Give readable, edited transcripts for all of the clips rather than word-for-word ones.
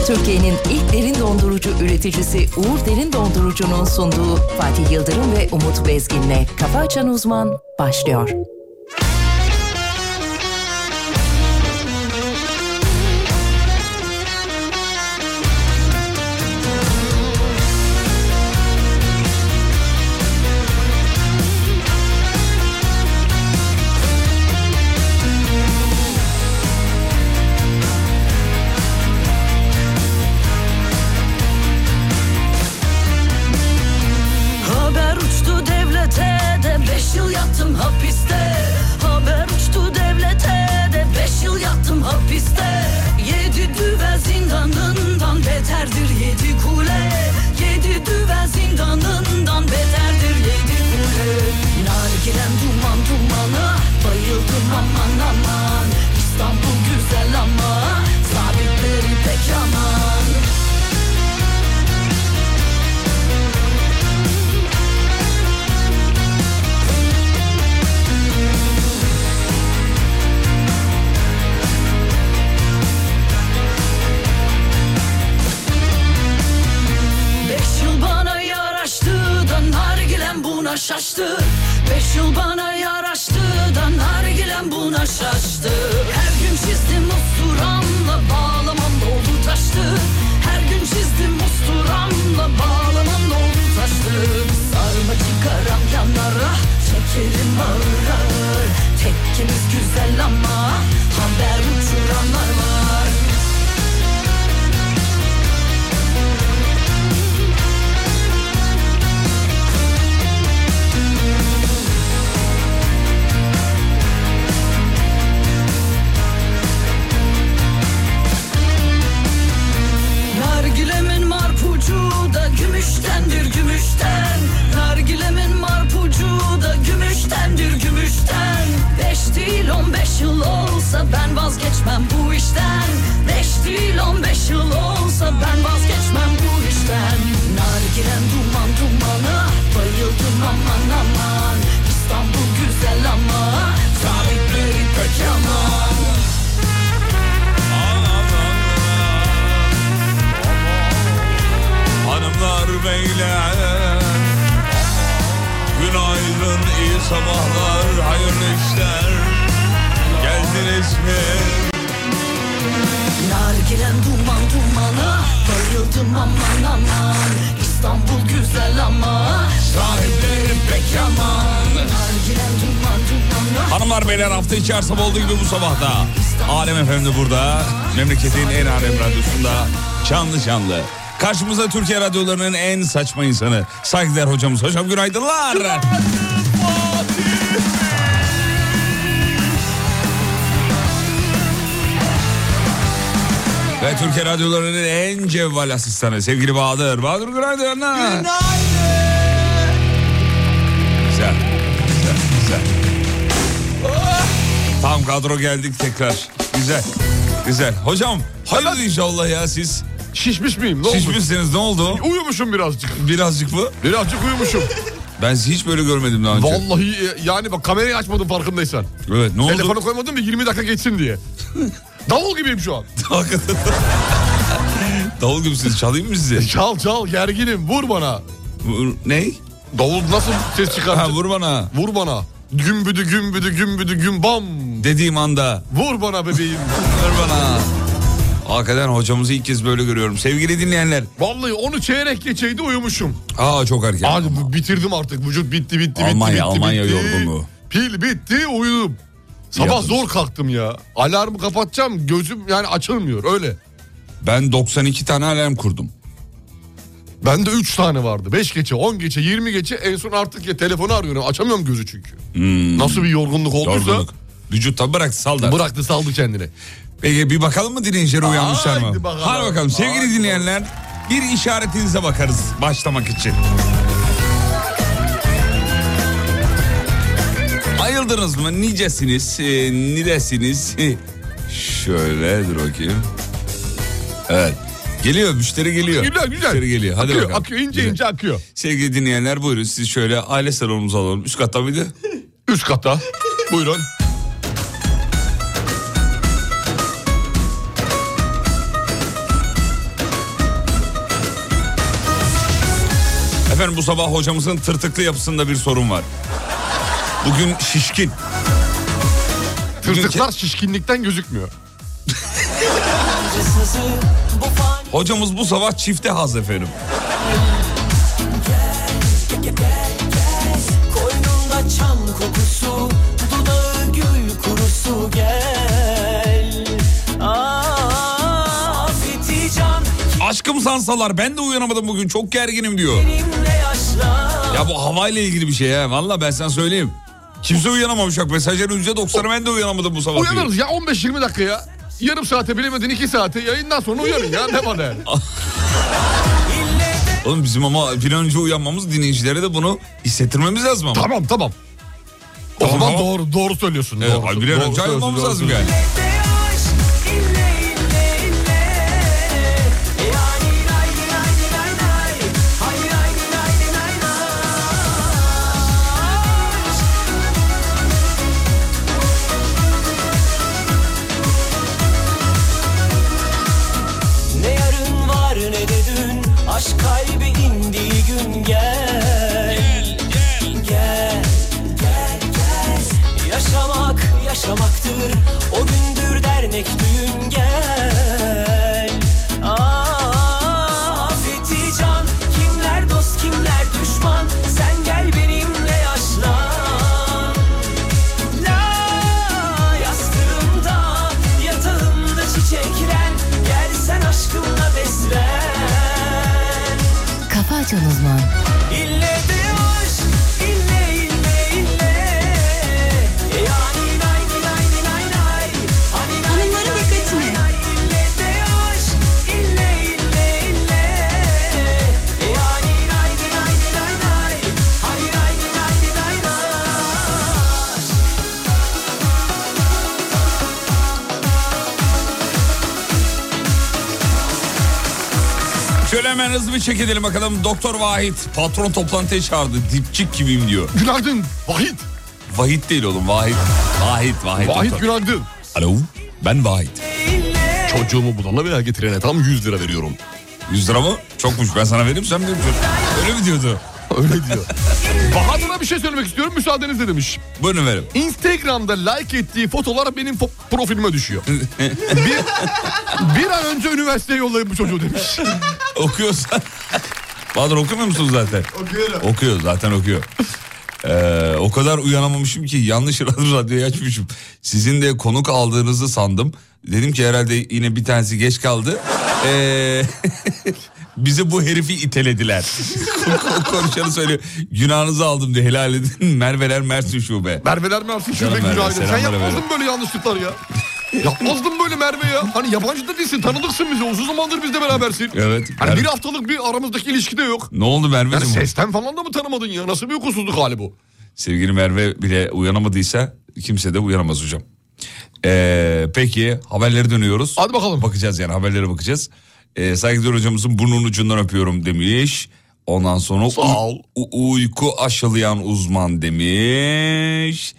Türkiye'nin ilk derin dondurucu üreticisi Uğur Derin Dondurucu'nun sunduğu Fatih Yıldırım ve Umut Bezgin'le Kafa Açan Uzman başlıyor. Yattım hapiste. Haber uçtu devlete de 5 yıl yattım hapiste. 7 düvel zindanından beterdir 7 kule. 7 düvel zindanından beterdir 7 kule. Nargilen duman dumana bayıldım aman aman. İstanbul güzel ama sabitleri pek aman. 5 yıl bana yaraştı da nargilem buna şaştı. 5 yıl bana yaraştı da nargilem buna şaştı. Her gün çizdim usturamla bağlamam doldu taştı. Her gün çizdim usturamla bağlamam doldu taştı. Sarma çıkaram yanlara çekerim ağır ağır. Tekkimiz güzel ama haber uçuranlar var. Nargilemin marpucu da gümüştendir gümüşten. Nargilemin marpucu da gümüştendir gümüşten. 5 değil 15 yıl olsa ben vazgeçmem bu işten. 5 değil 15 yıl olsa ben vazgeçmem bu işten. Nargilen duman dumana bayıldım aman aman. İstanbul güzel ama sabitleri pek aman. Hanımlar beyler, günaydın, iyi sabahlar, hayırlı işler, geldiniz mi? Nargilen duman dumana bayıldım aman aman. İstanbul güzel ama sahipleri pek aman. Nargilen duman dumana. Hanımlar beyler, hafta içi her sabah olduğu gibi bu sabahta Alem FM'de burada, memleketin en alem radyosunda canlı canlı. Karşımızda Türkiye radyolarının en saçma insanı saygıdeğer hocamız. Hocam günaydınlar. Ve Türkiye radyolarının en cevval asistanı sevgili Bahadır. Bahadır günaydın. Günaydın. Güzel. Tam kadro geldik tekrar. Güzel. Hocam hayırlı inşallah ya siz. Şişmiş miyim? Ne oldu? Şişmişsiniz, ne oldu? Uyumuşum birazcık. Birazcık mı? Birazcık uyumuşum. Ben sizi hiç böyle görmedim daha önce. Vallahi yani bak, kamerayı açmadım farkındaysan. Evet, ne oldu? Telefonu koymadım da 20 dakika geçsin diye. Davul gibiyim şu an. Davul gibisiniz, çalayım mı size? Çal gerginim, vur bana. Ne? Davul nasıl ses çıkartır? Ha, vur bana. Vur bana. Gümbüdü gümbam. Dediğim anda. Vur bana bebeğim. Vur bana. Hakikaten hocamızı ilk kez böyle görüyorum. Sevgili dinleyenler. Vallahi onu çeyrek geçeydi uyumuşum. Çok erken. Abi bitirdim artık. Vücut bitti. Almanya yorgunluğu. Pil bitti, uyudum. Sabah Yaptınız. zor kalktım ya. Alarmı kapatacağım, gözüm yani açılmıyor öyle. Ben 92 tane alarm kurdum. Bende 3 tane vardı. 5 geçe, 10 geçe, 20 geçe. En son artık ya telefonu arıyorum. Açamıyorum gözü çünkü. Nasıl bir yorgunluk olduysa. Yorgunluk. Vücut tabi bıraktı, saldı. Bıraktı, saldı kendini. Peki bir bakalım mı dinleyiciler uyanmışlar mı? Haydi bakalım. Hadi bakalım sevgili dinleyenler. Bir işaretinize bakarız başlamak için. Ayıldınız mı? Nicesiniz? Niresiniz? Şöyle dur bakayım. Evet. Geliyor, müşteri geliyor. Güzel. Müşteri geliyor. Hadi akıyor, bakalım. akıyor, ince akıyor. Sevgili dinleyenler buyurun siz şöyle aile salonumuza alalım. Üst katta mıydı? Üst kata. Buyurun. Efendim bu sabah hocamızın tırtıklı yapısında bir sorun var. Bugün şişkin. Tırtıklar şişkinlikten gözükmüyor. Hocamız bu sabah çifte haz efendim. Koynunda çam kokusu, dudağı gül kurusu gel. Afeti can. Aşkım sansalar, ben de uyanamadım bugün, çok gerginim diyor. Ya bu havayla ilgili bir şey ha. Valla ben sana söyleyeyim. Kimse uyanamamış, bak mesajların %90'ı ben de uyanamadım bu sabah. Uyanırız ya 15-20 dakika ya. Yarım saate bilemedin 2 saate yayından sonra uyanın ya, ne var yani. Oğlum bizim ama bir an önce uyanmamız, dinleyicilere de bunu hissettirmemiz lazım ama. Tamam. O zaman doğru söylüyorsun. Evet, bir an önce uyanmamız lazım yani. Aşk kalbi indiği gün gel. Yaşamaktır o gündür dernek düğün gel. Afeti can, kimler dost kimler düşman, sen gel benimle yaşlan. La yastığımda yatağımda çiçeklen, gel sen aşkımla beslen. Kafa Açan Uzman. İlle de aşk, ille yani nay nay. Hanımların dikkatine. İlle de aşk, ille yani nay nay. Şöyle hemen hızlı bir çek edelim bakalım. Doktor Vahit patron toplantıya çağırdı. Dipçik gibiyim diyor. Günaydın Vahit. Vahit değil oğlum, Vahit. Vahit günaydın. Alo, ben Vahit. Çocuğumu bulana veya getirene tam 100 lira veriyorum. 100 lira mı? Çokmuş, ben sana vereyim, sen mi diyorsun? Öyle mi diyordu? Öyle diyor. Bahadır'a bir şey söylemek istiyorum, müsaadenizle demiş. Buyurun verim. Instagram'da like ettiği fotolar benim profilime düşüyor. bir an önce üniversiteye yollayın bu çocuğu demiş. Okuyorsan. Bahadır okumuyor musun zaten? Okuyorum. Okuyor, zaten okuyor. O kadar uyanamamışım ki yanlış radyoyu açmışım. Sizin de konuk aldığınızı sandım. Dedim ki herhalde yine bir tanesi geç kaldı. Bize bu herifi itelediler. Konuşanı söylüyor. Günahınızı aldım diye, helal edin. Merveler Mersin Şube. Merveler Mersin Şube günaydın. Sen yapmazdın böyle yanlışlıklar ya. Yapmazdın böyle Merve ya. Hani yabancı da değilsin, tanıdıksın bizi. Uzun zamandır bizle berabersin. Evet. Hani bir haftalık bir aramızdaki ilişki de yok. Ne oldu Merve'cim? Yani sesten falan da mı tanımadın ya? Nasıl bir ukulsuzluk hali bu? Sevgili Merve bile uyanamadıysa kimse de uyanamaz hocam. Peki haberlere dönüyoruz. Hadi bakalım. Bakacağız yani, haberlere bakacağız. Saygıdeğer hocamızın burnunun ucundan öpüyorum demiş. Ondan sonra sağ ol. Uyku aşılayan uzman demiş.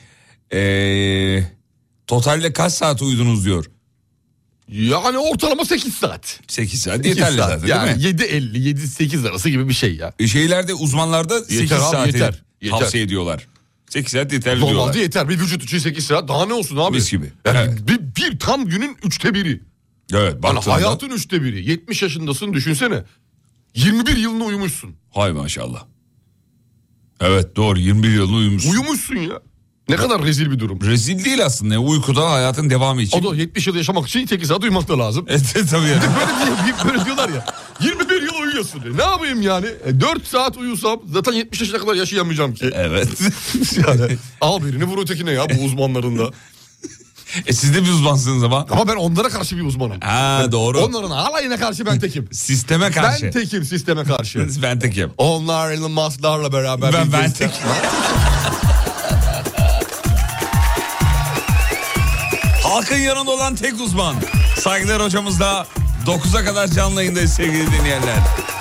Totalde kaç saat uyudunuz diyor. Yani ortalama 8 saat. 8 saat yeterli zaten yani değil mi? 7.50 7-8 arası gibi bir şey ya. Şeylerde, uzmanlarda 8 saat tavsiye ediyorlar. 8 saat yeterli diyorlar. Normalde yeter, bir vücut için 8 saat daha ne olsun abi? Mis gibi. Yani Evet. bir tam günün 1/3. Evet, baktığında. Yani hayatın 1/3. 70 yaşındasın düşünsene. 21 yılını uyumuşsun. Hay maşallah. Evet doğru, 21 yılını uyumuşsun. Uyumuşsun ya. Ne kadar rezil bir durum. Rezil değil aslında. Uykuda hayatın devamı için. O da 70 yıl yaşamak için 8 saat uyumak da lazım. Evet tabii yani. Böyle diyorlar ya. 21 yıl uyuyorsun. Ne yapayım yani? 4 saat uyusam zaten 70 yaşına kadar yaşayamayacağım ki. Evet. Yani al birini vur ötekine ya, bu uzmanlarında. Siz de bir uzmansınız ama. Ama ben onlara karşı bir uzmanım. Ha doğru. Onların alayına karşı ben tekim. Sisteme karşı. Ben tekim sisteme karşı. Ben tekim. Onlar Elon Musk'larla beraber. Ben tekim. Halkın yanında olan tek uzman. Saygıdeğer hocamızla 9'a kadar canlı yayındayız sevgili dinleyenler.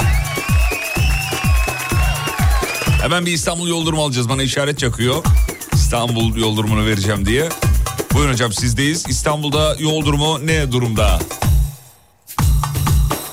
Hemen bir İstanbul yol durumu alacağız. Bana işaret çakıyor. İstanbul yol durumunu vereceğim diye. Buyurun hocam, sizdeyiz. İstanbul'da yol durumu ne durumda?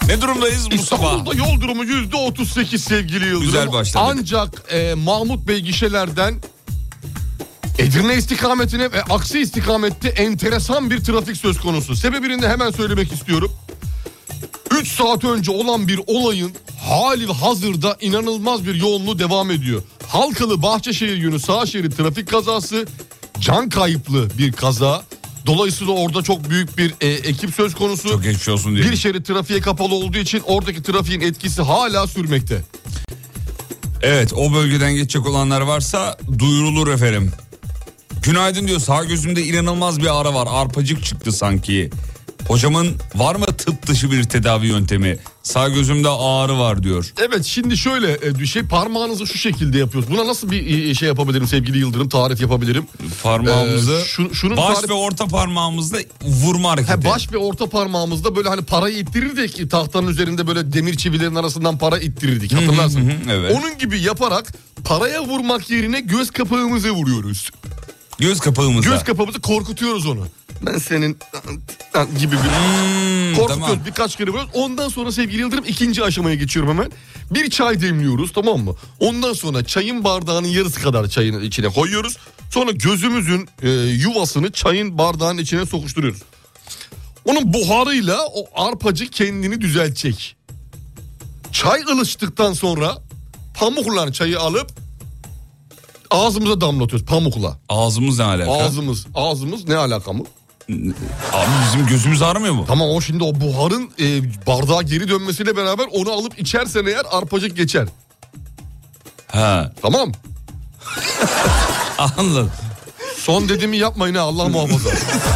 Ne durumdayız bu sabah? İstanbul'da yol durumu %38 sevgili Yıldırım. Güzel başladık. Ancak Mahmut Bey gişelerden Edirne istikametine ve aksi istikamette enteresan bir trafik söz konusu. Sebebini de hemen söylemek istiyorum. 3 saat önce olan bir olayın hali hazırda inanılmaz bir yoğunluğu devam ediyor. Halkalı Bahçeşehir yönü sağ şerit trafik kazası, can kayıplı bir kaza. Dolayısıyla orada çok büyük bir ekip söz konusu. Çok geçmiş olsun diyelim. Bir şerit trafiğe kapalı olduğu için oradaki trafiğin etkisi hala sürmekte. Evet, o bölgeden geçecek olanlar varsa duyurulur efendim. Günaydın diyor, sağ gözümde inanılmaz bir ağrı var, arpacık çıktı sanki. Hocamın var mı tıp dışı bir tedavi yöntemi? Sağ gözümde ağrı var diyor. Evet, şimdi şöyle bir şey, parmağınızı şu şekilde yapıyoruz. Buna nasıl bir şey yapabilirim sevgili Yıldırım, tarif yapabilirim? Parmağımızı baş tarif... ve orta parmağımızla vurma hareketi. Baş ve orta parmağımızda böyle hani parayı ittirirdik. Tahtanın üzerinde böyle demir çivilerin arasından para ittirirdik, hatırlarsın. Evet. Onun gibi yaparak paraya vurmak yerine göz kapağımıza vuruyoruz. Göz kapağımıza. Göz kapağımızı korkutuyoruz onu. Ben senin gibi bir korkutuyoruz, tamam. Birkaç kere vuruyoruz. Ondan sonra sevgili Yıldırım ikinci aşamaya geçiyorum hemen. Bir çay demliyoruz, tamam mı? Ondan sonra çayın bardağının yarısı kadar çayın içine koyuyoruz. Sonra gözümüzün yuvasını çayın bardağının içine sokuşturuyoruz. Onun buharıyla o arpacık kendini düzeltecek. Çay ılıştıktan sonra pamukla çayı alıp ağzımıza damlatıyoruz pamukla. Ağzımız ne alaka? Ağzımız ne alaka mı? Abi bizim gözümüz ağrımıyor mu? Tamam, o şimdi o buharın bardağa geri dönmesiyle beraber onu alıp içersen eğer arpacık geçer. Ha. Tamam. Anladım. Son dediğimi yapmayın ha, Allah muhafaza.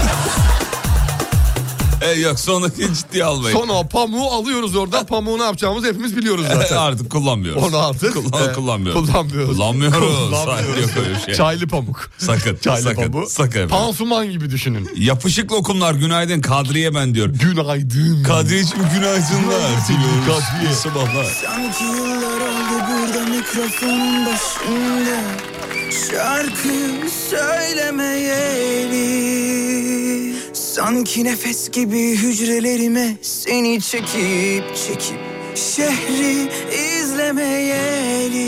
Yok, sonraki ciddiye almayın. Sonra o pamuğu alıyoruz oradan. Pamuğu ne yapacağımızı hepimiz biliyoruz zaten. Artık kullanmıyoruz. Onu artık kullanmıyoruz. Kullanmıyoruz. Yok öyle şey. Çaylı pamuk. Sakın. Çaylı pamuk. Sakın. Pansuman gibi düşünün. Yapışık lokumlar günaydın, Kadriye ben diyor. Günaydın. Kadriyeciğim günaydınlar. Kadriye. Sabahlar. Sanki yıllar oldu burada mikrofonun başında, şarkı söylemeyeli. Sanki nefes gibi hücrelerime seni çekip şehri izlemeyeli.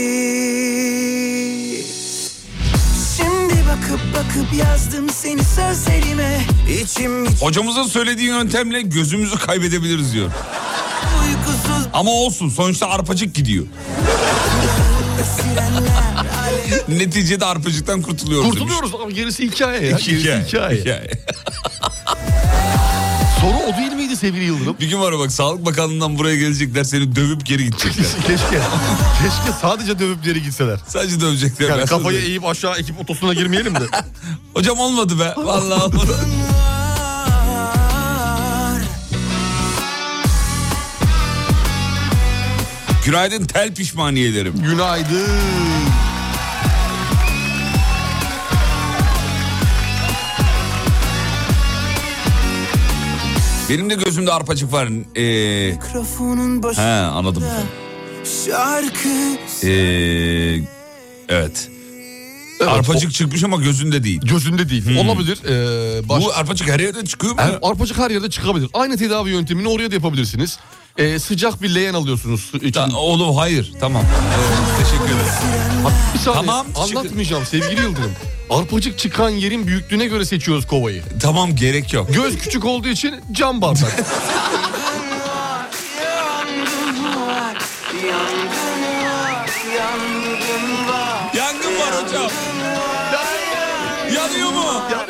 Şimdi bakıp yazdım seni sözlerime, içim Hocamızın söylediği yöntemle gözümüzü kaybedebiliriz diyor. uykusuz. Ama olsun, sonuçta arpacık gidiyor. Neticede arpacıktan kurtuluyoruz. Kurtuluyoruz ama gerisi hikaye ya. Hikaye. Soru o değil miydi sevgili Yıldırım? Bir gün var bak, Sağlık Bakanlığı'ndan buraya gelecekler, seni dövüp geri gidecekler. Keşke sadece dövüp geri gitseler. Sadece dövecekler. Yani kafayı eğip aşağı ekip otosuna girmeyelim de. Hocam olmadı be. Vallahi olmadı. Günaydın tel pişmaniyelerim. Günaydın. Benim de gözümde arpacık var. Mikrofonun başında. Anladım. Şarkı. Evet. Arpacık çıkmış ama gözünde değil. Gözünde değil. Olabilir. Bu arpacık her yerde çıkıyor mu? Arpacık her yerde çıkabilir. Aynı tedavi yöntemini oraya da yapabilirsiniz. Sıcak bir leğen alıyorsunuz. Oğlum hayır. Tamam. Teşekkür ederim. Bir saniye, Tamam. anlatmayacağım sevgili Yıldırım. Arpacık çıkan yerin büyüklüğüne göre seçiyoruz kovayı. Tamam, gerek yok. Göz küçük olduğu için cam bardak. Yangın var hocam. Yanıyor mu?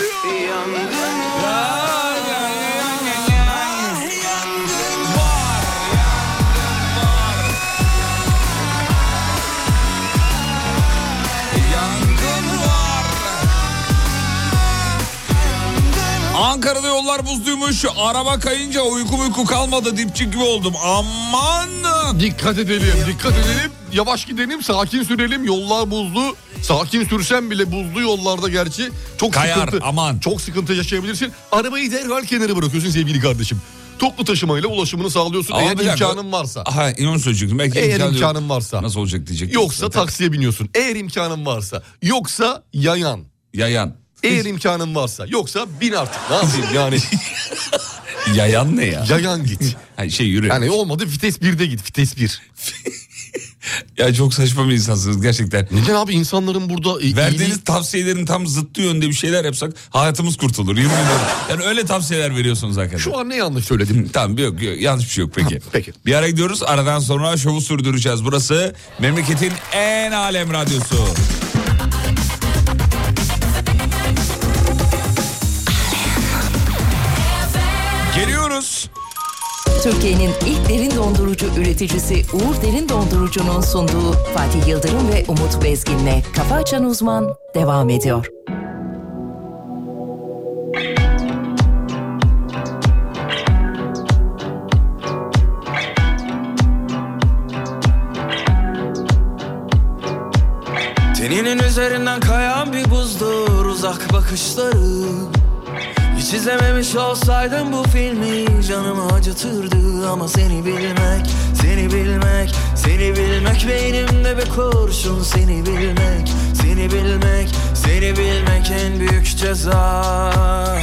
Ankara'da yollar buzluymuş. Araba kayınca uyku kalmadı. Dipçik gibi oldum. Aman. Dikkat edelim. Yavaş gidelim, sakin sürelim. Yollar buzlu. Sakin sürsen bile buzlu yollarda gerçi çok kayar, sıkıntı. Aman. Çok sıkıntı yaşayabilirsin. Arabayı derhal kenara bırakıyorsun sevgili kardeşim. Toplu taşımayla ulaşımını sağlıyorsun. Ama eğer imkanın varsa. İnan söyleyecektim. Belki eğer imkanın varsa. Nasıl olacak diyecektim. Yoksa taksiye biniyorsun. Eğer imkanın varsa. Yoksa yayan. Yayan. Eğer imkanın varsa. Yoksa bin artık. Ne yapayım yani. Yayan ne ya? Yayan git. Yürü. Yani olmadı vites 1'de git, vites 1. Ya çok saçma bir insansınız gerçekten. Neden abi insanların burada... Verdiğiniz tavsiyelerin tam zıttı yönde bir şeyler yapsak hayatımız kurtulur. Yemin ederim. Yani öyle tavsiyeler veriyorsunuz hakikaten. Şu an ne yanlış söyledim? Tamam yok yanlış bir şey yok peki. Peki. Bir ara gidiyoruz, aradan sonra şovu sürdüreceğiz. Burası memleketin en alem radyosu. Geliyoruz. Türkiye'nin ilk derin dondurucu üreticisi Uğur Derin Dondurucu'nun sunduğu Fatih Yıldırım ve Umut Bezgin'le Kafa Açan Uzman devam ediyor. Teninin üzerinden kayan bir buzdur uzak bakışları. Hiç izlememiş olsaydım bu filmi canımı acıtırdı. Ama seni bilmek, seni bilmek, seni bilmek beynimde bir kurşun. Seni bilmek, seni bilmek, seni bilmek en büyük ceza.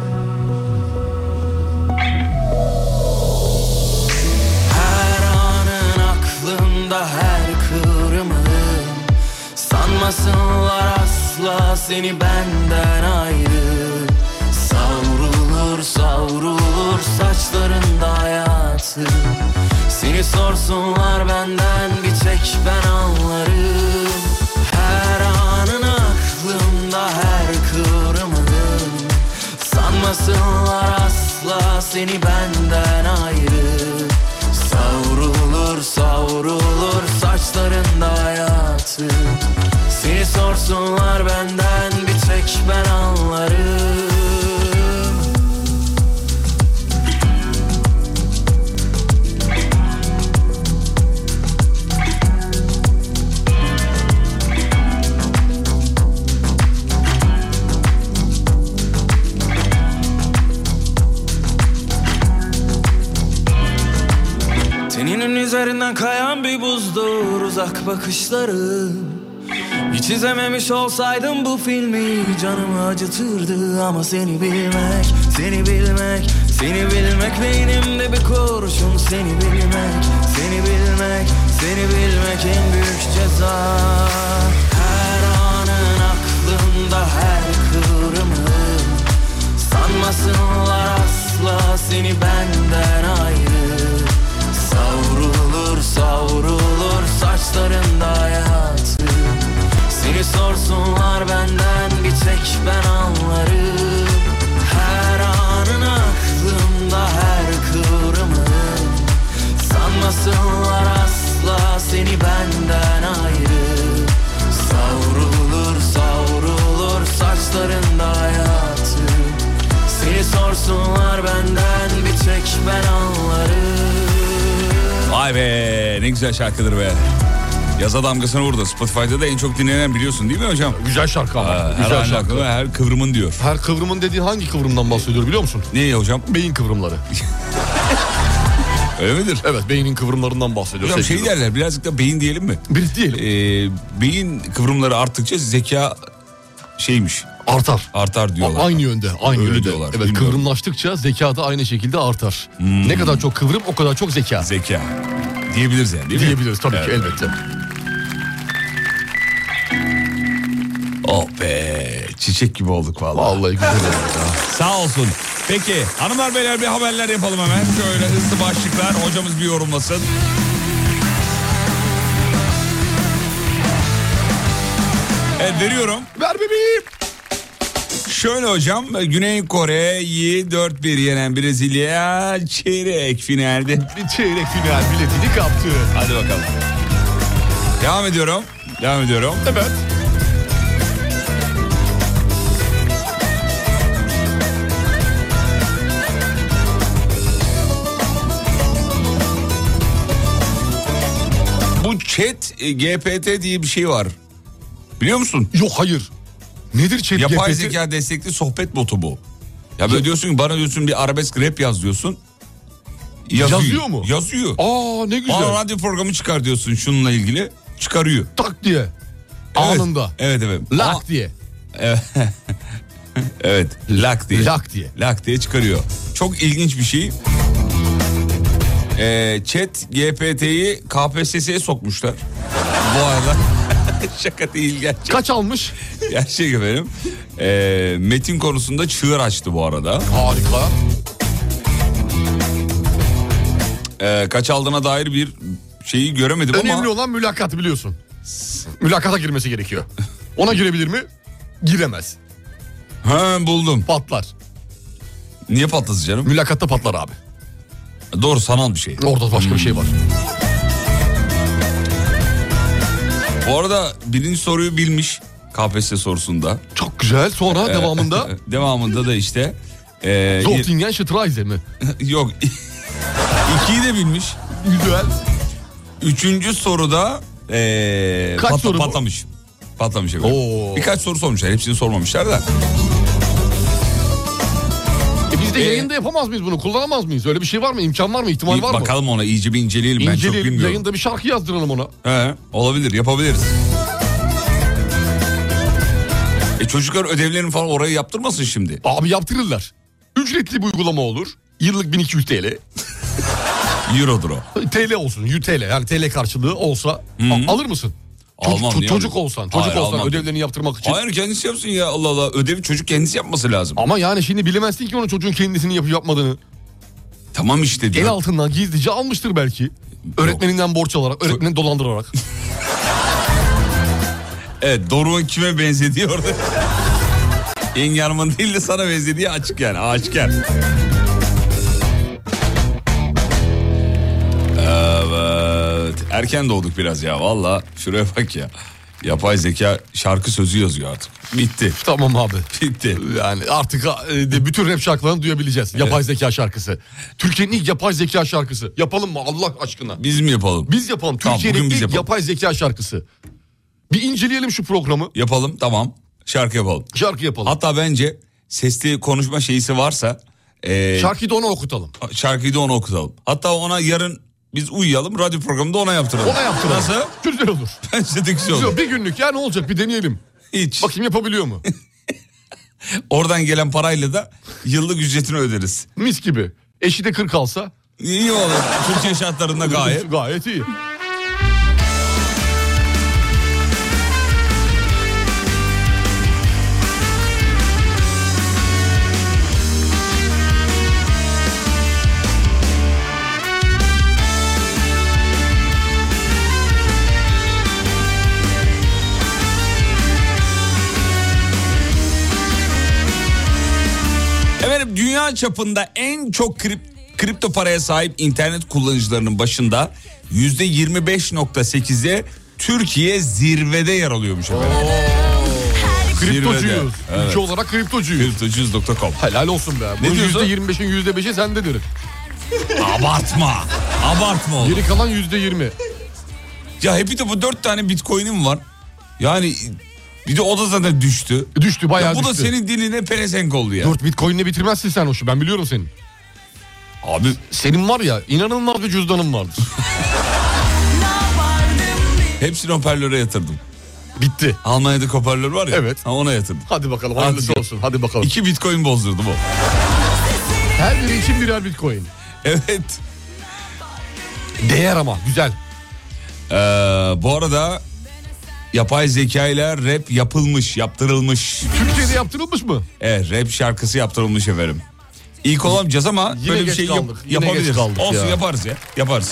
Her anın aklımda her kıvrımın. Sanmasınlar asla seni benden ayrı. Savrulur savrulur saçlarında hayatı. Seni sorsunlar benden bir tek ben anlarım. Her anın aklımda her kıvrımın. Sanmasınlar asla seni benden ayrı. Savrulur savrulur saçlarında hayatı. Seni sorsunlar benden bir tek ben anlarım. Teninin üzerinden kayan bir buzdur uzak bakışları. Hiç izlememiş olsaydım bu filmi canımı acıtırdı. Ama seni bilmek, seni bilmek, seni bilmek beynimde bir kurşun. Seni bilmek, seni bilmek, seni bilmek en büyük ceza. Her anın aklımda her kıvrımın. Sanmasınlar asla seni benden ayrı. Savrulur savrulur saçlarında hayatı. Seni sorsunlar benden bir tek ben anlarım. Her anın aklımda her kıvrımın. Sanmasınlar asla seni benden ayrı. Savrulur savrulur saçlarında hayatı. Seni sorsunlar benden bir tek ben anlarım. Vay be ne güzel şarkıdır be. Yaza damgasını vurdu. Spotify'da da en çok dinlenen biliyorsun değil mi hocam? Güzel şarkı ama. Güzel şarkı. Her kıvrımın diyor. Her kıvrımın dediği hangi kıvrımdan bahsediyor biliyor musun? Neyi hocam? Beyin kıvrımları. Öyle midir? Evet, beynin kıvrımlarından bahsediyor. Hocam şey derler, birazcık da beyin diyelim mi? Bir diyelim. Beyin kıvrımları arttıkça zeka şeymiş. Artar diyorlar. Aynı yönde. Aynı öyle yönde diyorlar. Evet, bilmiyorum. kıvrımlaştıkça zeka da aynı şekilde artar. Ne kadar çok kıvrım o kadar çok zeka. Zeka. Diyebiliriz yani değil mi? Diyebiliriz tabii ki, elbette. Oh be, çiçek gibi olduk vallahi. Vallahi güzel oldu ya. Sağ olsun. Peki hanımlar beyler bir haberler yapalım hemen. Şöyle hızlı başlıklar, hocamız bir yorumlasın. Evet, veriyorum. Ver bebeğim. Şöyle hocam, Güney Kore'yi 4-1 yenen Brezilya çeyrek finalde. Bir çeyrek final biletini kaptı. Hadi bakalım. Devam ediyorum. Evet. Bu chat GPT diye bir şey var. Biliyor musun? Yok, hayır. Nedir chat Yapay GPT? zeka destekli sohbet botu bu. Ya böyle diyorsun ki bana diyorsun bir arabesk rap yaz diyorsun. Yazıyor mu? Yazıyor. Aa, ne güzel. Bana radyo programı çıkar diyorsun şununla ilgili. Çıkarıyor. Tak diye. Evet. Anında. Evet. Lak diye. Evet. Evet, lak diye. Lak diye. Lak diye çıkarıyor. Çok ilginç bir şey. Chat GPT'yi KPSS'ye sokmuşlar. Bu arada şaka değil gerçek. Kaç almış? Gerçek efendim. Metin konusunda çığır açtı bu arada. Harika. Kaç aldığına dair bir şeyi göremedim ama. Önemli olan mülakat biliyorsun. Mülakata girmesi gerekiyor. Ona girebilir mi? Giremez. Ha, buldum. Patlar. Niye patlasın canım? Mülakatta patlar abi. Doğru, sanal bir şey. Orada başka bir şey var. Bu arada birinci soruyu bilmiş KPSS sorusunda. Çok güzel. Sonra devamında? Devamında da işte. Zottingen Streise mi? Yok. 2'yi de bilmiş. Güzel. 3. soruda Kaç soru bu? patlamış. Patlamış efendim. Birkaç soru sormuşlar. Hepsini sormamışlar da. Biz de yayında yapamaz mıyız bunu? Kullanamaz mıyız? Öyle bir şey var mı? İmkan var mı? İhtimal var mı? Bakalım ona, iyice bir inceleyelim. Ben çok bilmiyorum. Yayında bir şarkı yazdıralım ona. Olabilir, yapabiliriz. Çocuklar ödevlerini falan oraya yaptırmasın şimdi. Abi yaptırırlar. Ücretli bir uygulama olur. Yıllık 1200 TL. Euro'dur o. TL olsun, TL. Yani TL karşılığı olsa alır mısın? Almam. Çocuk olsan almam. ödevlerini yaptırmak için. Hayır, kendisi yapsın ya, Allah Allah. Ödevi çocuk kendisi yapması lazım. Ama yani şimdi bilemezsin ki onun çocuğun kendisini yapıp yapmadığını. Tamam işte. El altından gizlice almıştır belki. Öğretmeninden borç alarak, öğretmeni dolandırarak. Evet, Doruk'un kime benzediği orada. Yenge Hanım'ın değil de sana benzediği açık yani, aşikar. Evet, erken doğduk biraz ya, valla şuraya bak ya. Yapay zeka şarkı sözü yazıyor artık. Bitti. Tamam abi. Bitti. Yani artık bütün rap şarkılarını duyabileceğiz. Evet. Yapay zeka şarkısı. Türkiye'nin ilk yapay zeka şarkısı. Yapalım mı Allah aşkına? Biz mi yapalım? Biz yapalım. Türkiye'nin ilk yapay zeka şarkısı. Bir inceleyelim şu programı. Yapalım, tamam. Şarkı yapalım. Şarkı yapalım. Hatta bence sesli konuşma şeysi varsa. Şarkıyı da ona okutalım. Şarkıyı da ona okutalım. Hatta ona yarın biz uyuyalım, radyo programında ona yaptıralım. Ona yaptıralım. Nasıl? Güzel olur. Bence de güzel olur. Bir günlük ya, ne olacak, bir deneyelim. Hiç. Bakayım yapabiliyor mu? Oradan gelen parayla da yıllık ücretini öderiz. Mis gibi. Eşi de 40 alsa. İyi olur. Türkiye şartlarında gayet. Gayet iyi. Efendim, dünya çapında en çok kripto paraya sahip internet kullanıcılarının başında %25.8'e Türkiye zirvede yer alıyormuş efendim. Kriptocuyuz. Evet. Ülke olarak kriptocuyuz. Kriptocuyuz.com. Helal olsun be. Ne diyorsun? %25'in %5'i sendedir. Abartma. Abartma oğlum. Geri kalan %20. Ya hep de bu 4 tane bitcoin'im var. Yani bir de o da zaten düştü. Düştü, bayağı ya bu düştü. da senin diline pelesenk oldu ya. 4 bitcoin'le bitirmezsin sen o işi. Ben biliyorum senin. Abi senin var ya, inanılmaz bir cüzdanın vardır. Hepsini hoparlöre yatırdım. Bitti. Almanya'da hoparlör var ya. Evet. Ona yatırdım. Hadi bakalım, hayırlısı olsun. Hadi bakalım. 2 bitcoin bozdurdum o. Her biri için birer bitcoin. Evet. Değer ama güzel. Bu arada yapay zeka ile rap yaptırılmış. Türkiye'de yaptırılmış mı? Evet, rap şarkısı yaptırılmış efendim. İlk olamayacağız ama yine böyle bir şey yapabiliriz. Olsun ya. Yaparız ya. Yaparız.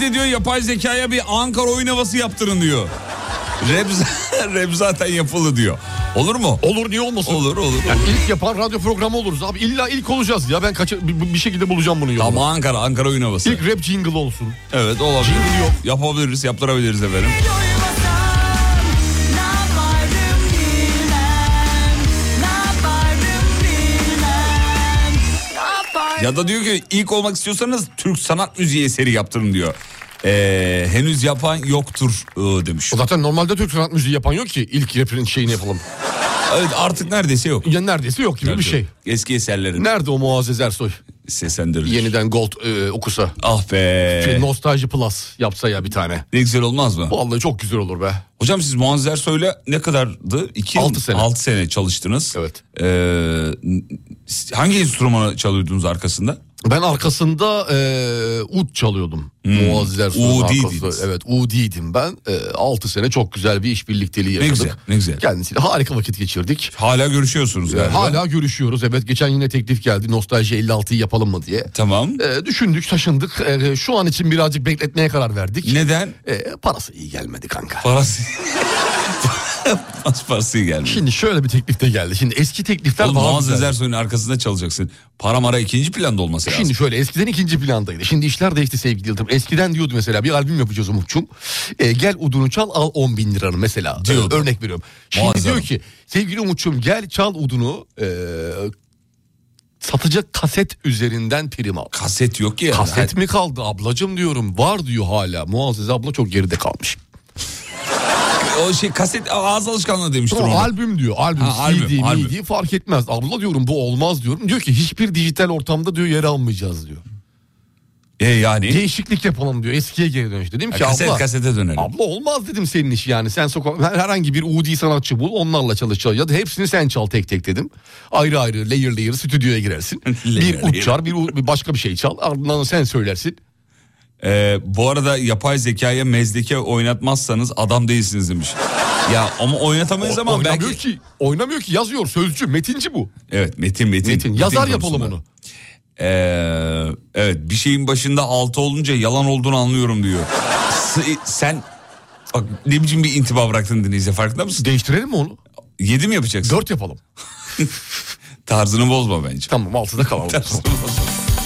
de diyor yapay zekaya bir Ankara oyun havası yaptırın diyor. Rap zaten yapılı diyor. Olur mu? Olur, niye olmasın? Olur. Yani ilk yapan radyo programı oluruz abi. İlla ilk olacağız ya. Ben bir şekilde bulacağım bunu. Ama Ankara oyun havası. İlk rap jingle olsun. Evet, olabilir. Jingle yok. Yapabiliriz, yaptırabiliriz efendim. Ya da diyor ki ilk olmak istiyorsanız Türk sanat müziği eseri yaptırın diyor. Henüz yapan yoktur demiş. O zaten normalde Türk sanat müziği yapan yok ki ilk rap'in şeyini yapalım. Evet, artık neredeyse yok. Ya neredeyse yok gibi bir şey. Eski eserlerin. Nerede o Muazzez Ersoy? Seslendirir. Yeniden Gold okusa. Ah be. Nostalji Plus yapsa ya bir tane. Ne güzel olmaz mı? Vallahi çok güzel olur be. Hocam siz Muazzez Ersoy'la ne kadardı? 6 sene. 6 sene çalıştınız. Evet. Hangi enstrümanı çalıyordunuz arkasında? Ben arkasında ud çalıyordum. Muazzez Ersoy'un arkasında. Evet, udiydim ben. 6 sene çok güzel bir iş birlikteliği yaşadık. Ne güzel. Kendisiyle harika vakit geçirdik. Hala görüşüyorsunuz yani. Hala görüşüyoruz. Evet, geçen yine teklif geldi. Nostalji 56'yı yapalım mı diye. Tamam. Düşündük, taşındık. Şu an için birazcık bekletmeye karar verdik. Neden? Parası iyi gelmedi kanka. Parası iyi gelmedi. Şimdi şöyle bir teklif de geldi. Şimdi eski teklifler Oğlum, daha Muazzez güzel. Ersoy'un arkasında çalacaksın. Para mara ikinci planda olması lazım. Şimdi şöyle, eskiden ikinci plandaydı. Şimdi işler değişti sevgili Yıldırım. Eskiden diyordu mesela, bir albüm yapacağız Umut'cum. Gel udunu çal, al 10.000 liranı mesela. Örnek veriyorum. Şimdi Muazzam. diyor ki sevgili Umut'cum gel çal udunu, satacak kaset üzerinden prim al. Kaset yok ya. Kaset mi kaldı ablacım diyorum. Var diyor hala. Muazzez abla çok geride kalmış. O kaset ağız alışkanlığı demiştir Tamam, onu. albüm diyor. Albüm, CD, albüm. MIDI fark etmez. Abla diyorum bu olmaz diyorum. Diyor ki hiçbir dijital ortamda diyor yer almayacağız diyor. Yani? Değişiklik yapalım diyor. Eskiye geri dönüş. Dedim ki kasete dönelim. Abla olmaz dedim senin iş yani. Sen herhangi bir udi sanatçı bul, onlarla çalış. Ya da hepsini sen çal tek tek dedim. Ayrı ayrı layer stüdyoya girersin. Bir ud çal, bir başka bir şey çal. Ardından sen söylersin. Bu arada yapay zekaya mezdeke oynatmazsanız adam değilsiniz demiş. Ya ama oynatamayız ama belki... Oynamıyor ki, yazıyor, sözcü, metinci bu. Evet, metin. Yazar yapalım onu. Evet, bir şeyin başında 6 olunca yalan olduğunu anlıyorum diyor. Sen bak ne biçim bir intiba bıraktın dinleyiciye, farkında mısın? Değiştirelim mi onu? 7 mi yapacaksın? 4 yapalım. Tarzını bozma bence. Tamam, 6'da kalalım. Tarzını bozma.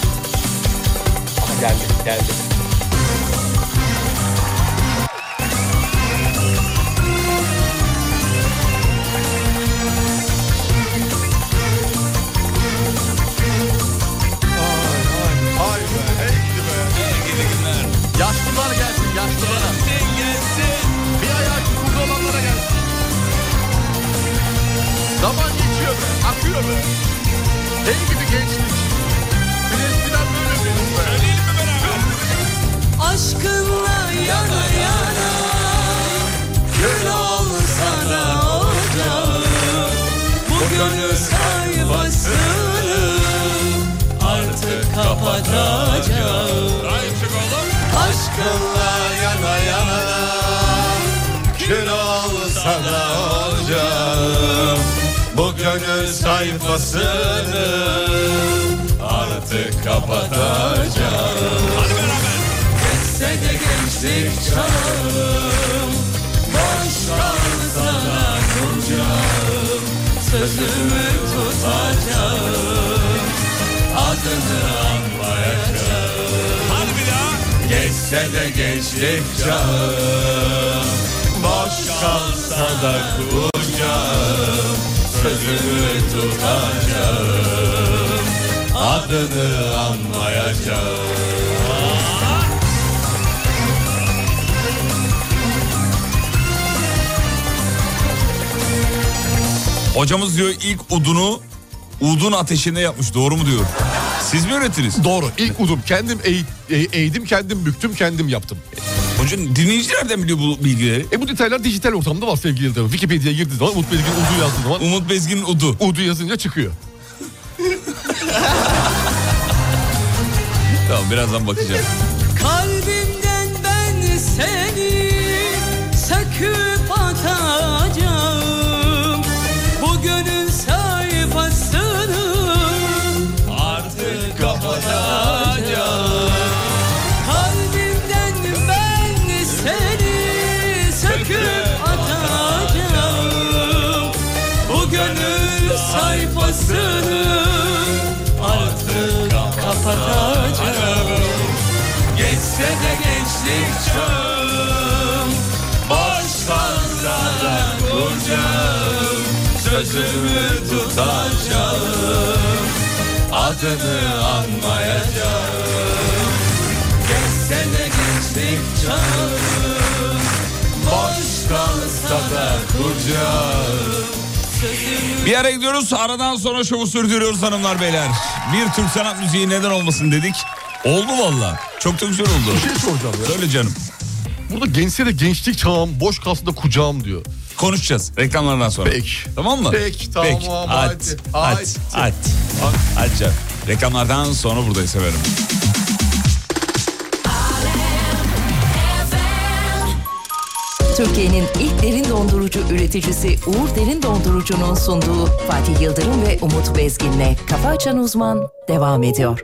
Geldi. Yaşlılar gelsin, yaşlılara. Bir ayağı çukurda olanlara gelsin. Zaman geçiyor be, akıyor be. Hey gibi gençlik. Bir eskiden böyle benim be. Söyleyelim mi beraber? Aşkınla yana yana kül olsana ocağım. Bu gönül sayfasını artık kapatacağım. Aşkınla yana yana kül olsana ocağım. Bu gönül sayfasını artık kapatacağım. Hadi beraber. Geçse de gençlik çağım, boş kalsana kucağım. Sözümü tutacağım, adını anmayacağım. Hadi bir daha. Geçse de gençlik çağım, boş kalsa da kucağım. Sözümü tutacağım, adını anmayacağım. Hocamız diyor ilk udun ateşinde yapmış, doğru mu diyor? Siz mi öğrettiniz? Doğru. İlk udum kendim eğdim, kendim büktüm, kendim yaptım. Hocam dinleyici nereden biliyor bu bilgileri? Bu detaylar dijital ortamda var sevgili Yıldırım. Wikipedia'ya girdiği zaman Umut Bezgin'in udu yazdığı zaman. Umut Bezgin'in udu. Udu yazınca çıkıyor. Tamam, birazdan bakacağım. Kalbimden ben seni söküp atacağım. Bu gönül sayfasını artık kapatacağım. Kalbimden de gençlik çağım, boş kalsa da kucağım, sözümü tutacağım, adını anmayacağım. Geçse de gençlik çağım, boş kalsa da kucağım. Bir ara gidiyoruz, aradan sonra şovu sürdürüyoruz hanımlar beyler. Bir Türk sanat müziği neden olmasın dedik. Oldu valla. Çok da güzel oldu. Bir şey soracağım ya. Söyle canım. Burada gençse de gençlik çağım, boş kalsın da kucağım diyor. Konuşacağız reklamlardan sonra. Peki. Tamam mı? Peki tamam. Peki. Hadi canım. Reklamlardan sonra buradayız efendim. Türkiye'nin ilk derin dondurucu üreticisi Uğur Derin Dondurucu'nun sunduğu Fatih Yıldırım ve Umut Bezgin'le Kafa Açan Uzman devam ediyor.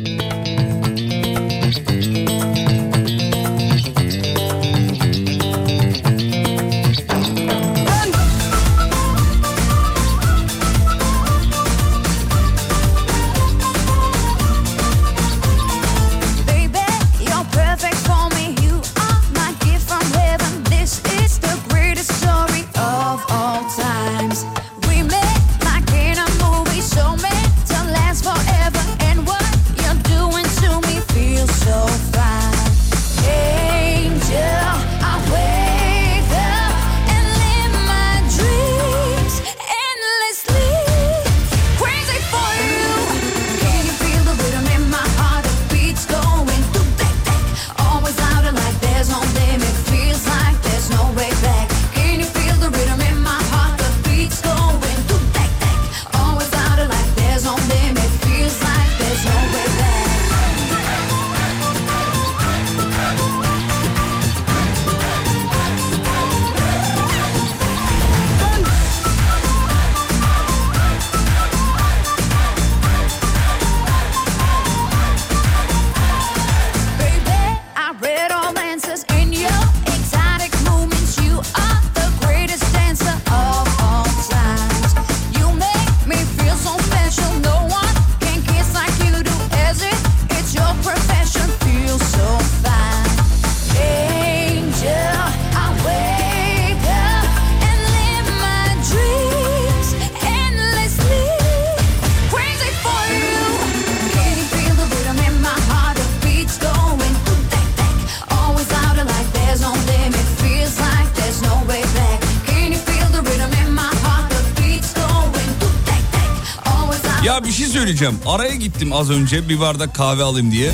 Ya bir şey söyleyeceğim. Araya gittim az önce bir bardak kahve alayım diye.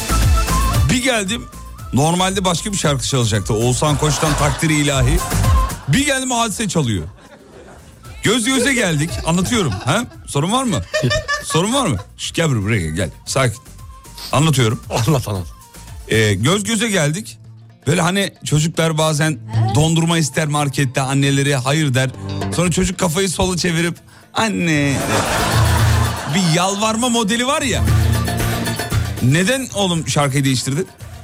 Bir geldim. Normalde başka bir şarkı çalacaktı. Oğuzhan Koç'tan Takdiri İlahi. Bir geldim Hadise çalıyor. Göz göze geldik. Anlatıyorum. Ha? Sorun var mı? Sorun var mı? Şş, gel buraya gel. Sakin. Anlatıyorum. Anlat. Göz göze geldik. Böyle hani çocuklar bazen dondurma ister markette, anneleri hayır der. Sonra çocuk kafayı sola çevirip anne... Bir yalvarma modeli var ya. Neden oğlum şarkıyı değiştirdin?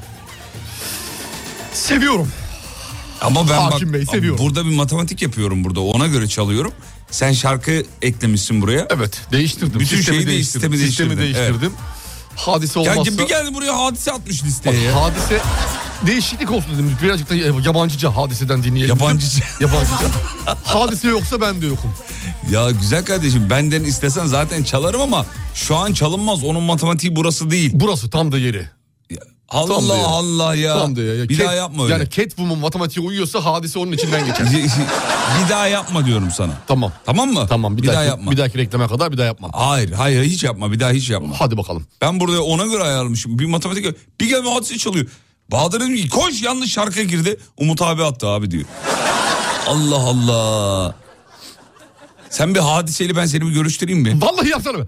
Seviyorum. Ama ben Hakim Bey, seviyorum. Burada bir matematik yapıyorum burada. Ona göre çalıyorum. Sen şarkı eklemişsin buraya. Evet, değiştirdim. Bütün şeyi değiştirdim. Sistemi değiştirdim. Evet. Hadise olmazsa... Ya bir geldi buraya Hadise atmış listeye ya. Hadise değişiklik olsun dedim. Birazcık da yabancıca Hadise'den dinleyelim. Yabancıca. Hadise yoksa ben de yokum. Ya güzel kardeşim, benden istesen zaten çalarım ama şu an çalınmaz. Onun matematiği burası değil. Burası tam da yeri. Ya, Allah Allah ya. Tam da ya. Bir daha yapma öyle. Yani Catwoman matematiğe uyuyorsa Hadise onun içinden geçer. Bir daha yapma diyorum sana. Tamam. Tamam mı? Tamam. Bir daha yapma. Bir dahaki reklama kadar bir daha yapmam. Hayır hiç yapma. Bir daha hiç yapma. Hadi bakalım. Ben burada ona göre ayarlamışım. Bir matematik bir gelme Hadise çalıyor. Bahadır dedim ki koş, yanlış şarkıya girdi. Umut abi attı abi diyor. Allah Allah. Sen bir Hadise'yle ben seni bir görüştüreyim mi? Vallahi yapsana be.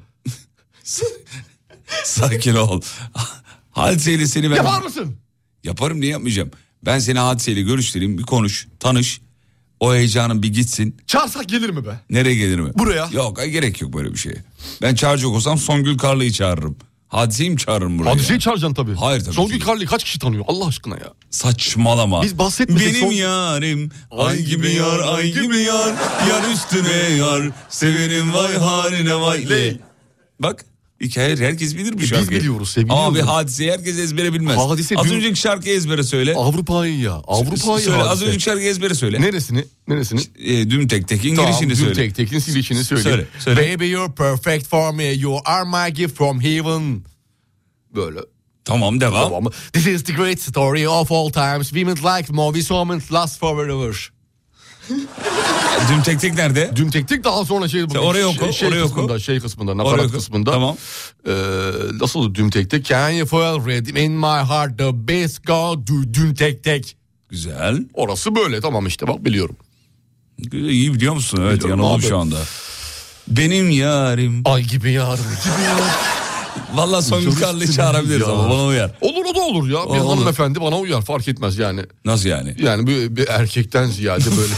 Sakin ol. Hadise'yle seni ben... Yapar mısın? Yaparım, niye yapmayacağım? Ben seni Hadise'yle görüştüreyim, bir konuş, tanış. O heyecanın bir gitsin. Çağırsak gelir mi be? Nereye gelir mi? Buraya. Yok, gerek yok böyle bir şeye. Ben çağıracak olsam Songül Karlı'yı çağırırım. Hadise'yi mi çağırırım buraya? Hadise'yi çağıracaksın tabii. Hayır tabii. Songül Karlı'yı kaç kişi tanıyor Allah aşkına ya? Saçmalama. Biz bahsetmedik. Benim yarim ay gibi yar, ay gibi yar. Yar üstüne yar. Severim vay haline vay. Bak. Hikaye herkes bilir bu şarkıyı. Biz biliyoruz sevgili Ama bir Yıldırım. Hadise'yi herkes ezbere bilmez. Hadise az dün- önceki şarkıyı ezbere söyle. Avrupa'yı ya. Avrupa'yı Söyle, az Hadise. önceki şarkıyı ezbere söyle. Neresini? Düm tek tekin girişini söyle. Düm tek tekin girişini söyle. Söyle. Baby you're perfect for me. You are my gift from heaven. Böyle. Tamam devam. Tamam. This is the great story of all times. Women like movies, moments last forever. Düm tek tek nerede? Düm tek tek daha sonra oraya oku, oraya oku. Şey kısmında, nakarat kısmında. Tamam. Nasıl düm tek tek? Can you feel rhythm in my heart? The bass go düm tek tek. Güzel. Orası böyle, tamam işte, bak biliyorum. İyi biliyor musun? Evet, Biliyorum yanıldım abi. şu anda. Benim yarim. Ay gibi yarım. Vallahi Songül Karlı'yı çağırabiliriz Ya. ama bana uyar. Olur, o da olur ya. Bir Olur. hanımefendi bana uyar, fark etmez yani. Nasıl yani? Yani bir erkekten ziyade böyle.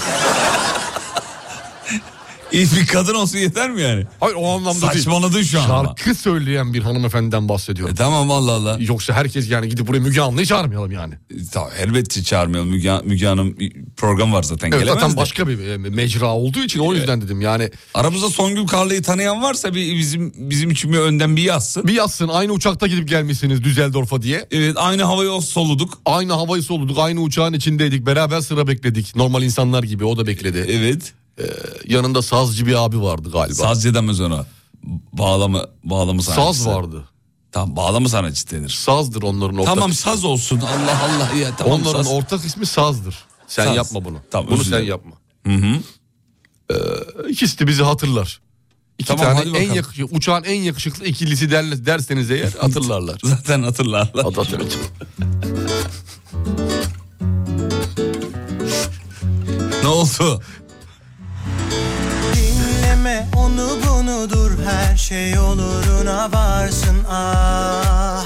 İyi bir kadın olsun yeter mi yani? Hayır, o anlamda değil. Saçmaladın şu an ama. Şarkı söyleyen bir hanımefendiden bahsediyorum. Tamam Allah Allah. Yoksa herkes yani gidip buraya Müge Anlı'yı çağırmayalım yani. Tamam, elbette çağırmayalım. Müge Hanım program var zaten. Evet, Gelemez zaten de. başka bir mecra olduğu için o yüzden dedim yani. Aramızda Songül Karlı'yı tanıyan varsa bizim için bir önden bir yazsın. Bir yazsın, aynı uçakta gidip gelmişsiniz Düsseldorf'a diye. Evet, aynı havayı soluduk. Aynı havayı soluduk, aynı uçağın içindeydik, beraber sıra bekledik. Normal insanlar gibi, o da bekledi. Evet. Yanında sazcı bir abi vardı galiba. Saz demez ona. Bağlama sanatçısı. Saz vardı. Tamam, bağlama sanatçısı denir. Sazdır onların ortak. Tamam, saz olsun. Allah Allah ya, tamam. Onların saz. ortak ismi sazdır. Sen Saz. yapma bunu. Tamam, bunu özür sen dilerim. yapma. Hı. İkisi de bizi hatırlar. İki Tamam, hadi tane bakalım. uçağın en yakışıklı ikilisi derseniz eğer hatırlarlar. Zaten hatırlarlar. Hatırlar. Ne oldu? Dinleme onu bunudur, her şey oluruna varsın ah.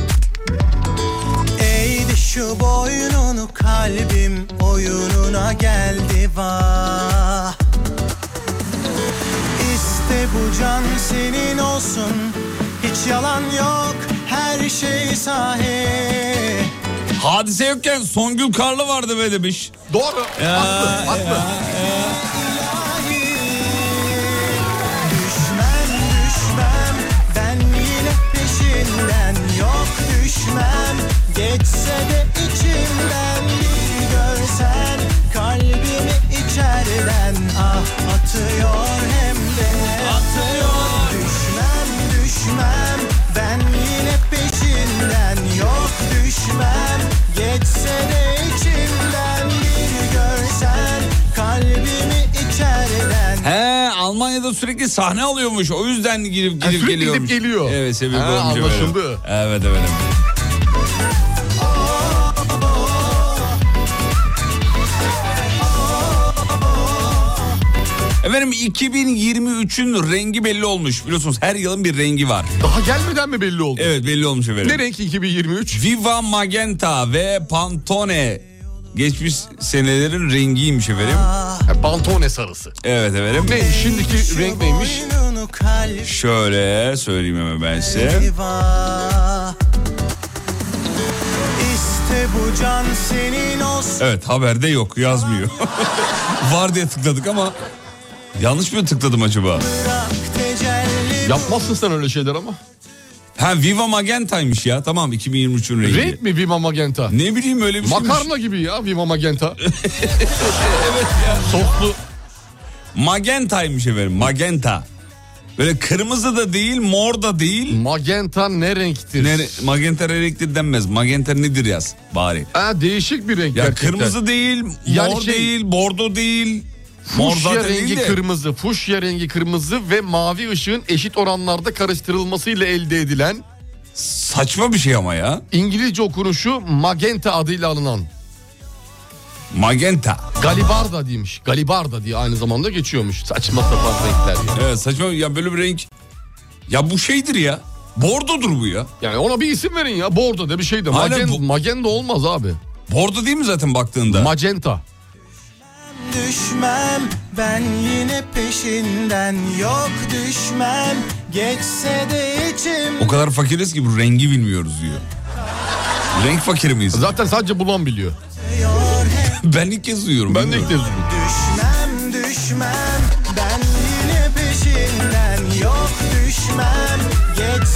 Eğdi şu boynunu, kalbim oyununa geldi vah. İste bu can senin olsun, hiç yalan yok, her şey sahi. Hadise yokken Songül Karlı vardı be demiş. Doğru. Haklı. Düşmem, ben yine peşinden, yok düşmem. Geçse de içimden, bir görsen kalbimi içeriden, ah atıyor hem de atıyor. Düşmem, ben yine peşinden, yok düşmem. Geçse de içimden, bir görsen kalbimi içeriden. He, Almanya'da sürekli sahne alıyormuş. O yüzden girip sürekli geliyormuş. gidip geliyor. Evet, sebebi Ha, olmuş. anlaşıldı. Evet. Efendim 2023'ün rengi belli olmuş. Biliyorsunuz her yılın bir rengi var. Daha gelmeden mi belli oldu? Evet, belli olmuş efendim. Ne renk 2023? Viva Magenta ve Pantone geçmiş senelerin rengiymiş efendim. Pantone sarısı. Evet efendim. Neymiş şimdiki renk neymiş? Boynunu kalbime Şöyle söyleyeyim hemen ben size. vah. İste bu can senin olsun. Evet, haberde yok, yazmıyor. Var diye tıkladık ama yanlış mı tıkladım acaba? Bırak tecelli. Yapmazsın sen öyle şeyler ama. Ha, Viva Magenta'ymış ya. Tamam, 2023'ün rengi. Renk mi Viva Magenta? Ne bileyim, öyle bir şeymiş. Makarna gibi ya Viva Magenta. Evet ya. Soslu. Magenta'ymış efendim, magenta. Böyle kırmızı da değil, mor da değil. Magenta ne renktir? Magenta renktir denmez. Magenta nedir yaz bari. Ha, değişik bir renk Ya gerçekten. kırmızı değil, Yani mor değil, bordo değil. Mor Fuşya zaten rengi değil de. kırmızı, fuşya rengi kırmızı ve mavi ışığın eşit oranlarda karıştırılmasıyla elde edilen, Saçma bir şey ama ya. İngilizce okunuşu magenta adıyla alınan. Magenta. Galibarda diymiş. Galibarda diye aynı zamanda geçiyormuş. Saçma sapan renkler yani. Evet, saçma ya, böyle bir renk. Ya bu şeydir ya. Bordodur bu ya. Yani ona bir isim verin ya. Bordo de bir şey de. Aynen, Magenta olmaz abi. Bordo değil mi zaten baktığında? Magenta. Düşmem, ben yine peşinden, yok düşmem. Geçse de içim. O kadar fakiriz ki bu rengi bilmiyoruz diyor. Renk fakiri miyiz? Zaten sadece bulan biliyor. Ben ilk kez duyuyorum. Ben de ilk bilmiyorum. kez duydum. Düşmem, ben yine peşinden, yok düşmem. Geçse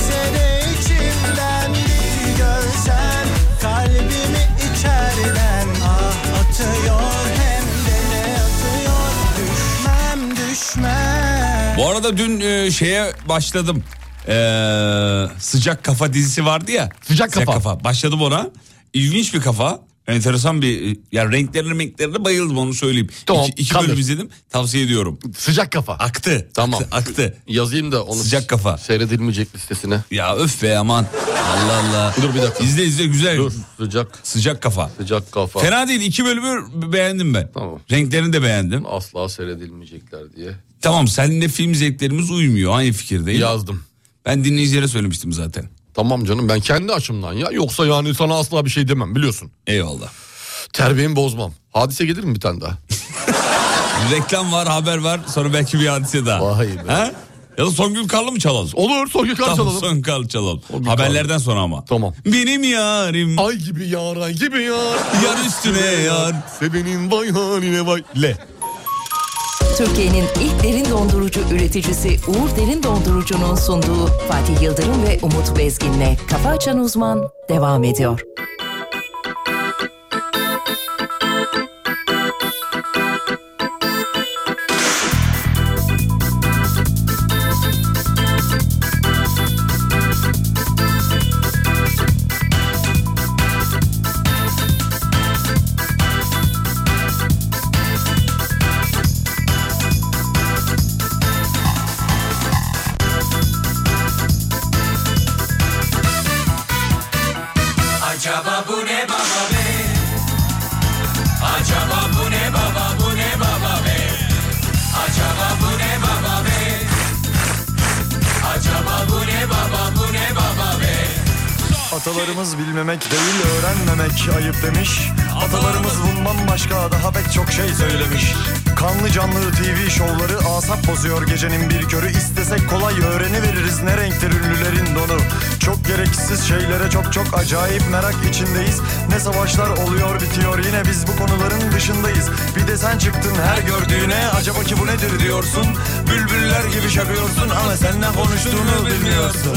arada dün şeye başladım. Sıcak Kafa dizisi vardı ya. Sıcak Kafa. Başladım ona. İlginç bir kafa. Enteresan bir, yani renklerine bayıldım, onu söyleyeyim. Tamam, İki bölüm izledim. Tavsiye ediyorum. Sıcak Kafa. Aktı. Tamam. Aktı. Yazayım da onu. Sıcak Kafa. Seyredilmeyecek listesine. Ya öf be aman. Allah Allah. Dur bir dakika. İzle güzel. Dur. Sıcak Kafa. Sıcak Kafa. Fena değil. 2 bölümü beğendim ben. Tamam. Renklerini de beğendim. Asla seyredilmeyecekler diye. Tamam, seninle film zevklerimiz uymuyor. Aynı fikirdeyim. Yazdım. Ben dinleyicilere söylemiştim zaten. Tamam canım, ben kendi açımdan ya. Yoksa yani sana asla bir şey demem, biliyorsun. Eyvallah. Terbiyemi bozmam. Hadise gelir mi bir tane daha? Reklam var, haber var, sonra belki bir hadise daha. Vay be. Ha? Ya da Songül Karlı mı çalalım? Olur, Songül Karlı çalalım. Songül Karlı çalalım. Haberlerden sonra ama. Tamam. Benim yarim. Ay gibi yar, ay gibi yar. Yar üstüne yar. Sevenin vay haline vay. Le. Türkiye'nin ilk derin dondurucu üreticisi Uğur Derin Dondurucu'nun sunduğu Fatih Yıldırım ve Umut Bezgin'le Kafa Açan Uzman devam ediyor. Acaba bu ne baba be? Acaba bu ne baba, bu ne baba be? Acaba bu ne baba be? Acaba bu ne baba, bu ne baba be? Atalarımız bilmemek değil öğrenmemek ayıp demiş. Atalarımız bundan başka daha pek çok şey söylemiş. Kanlı canlı TV şovları asap bozuyor gecenin bir körü. İstesek kolay öğreniveririz ne renktir ünlülerin donu. Çok gereksiz şeylere çok acayip merak içindeyiz. Ne savaşlar oluyor bitiyor, yine biz bu konuların dışındayız. Bir de sen çıktın her gördüğüne acaba ki bu nedir diyorsun. Bülbüller gibi şakıyorsun ama sen ne konuştuğunu bilmiyorsun.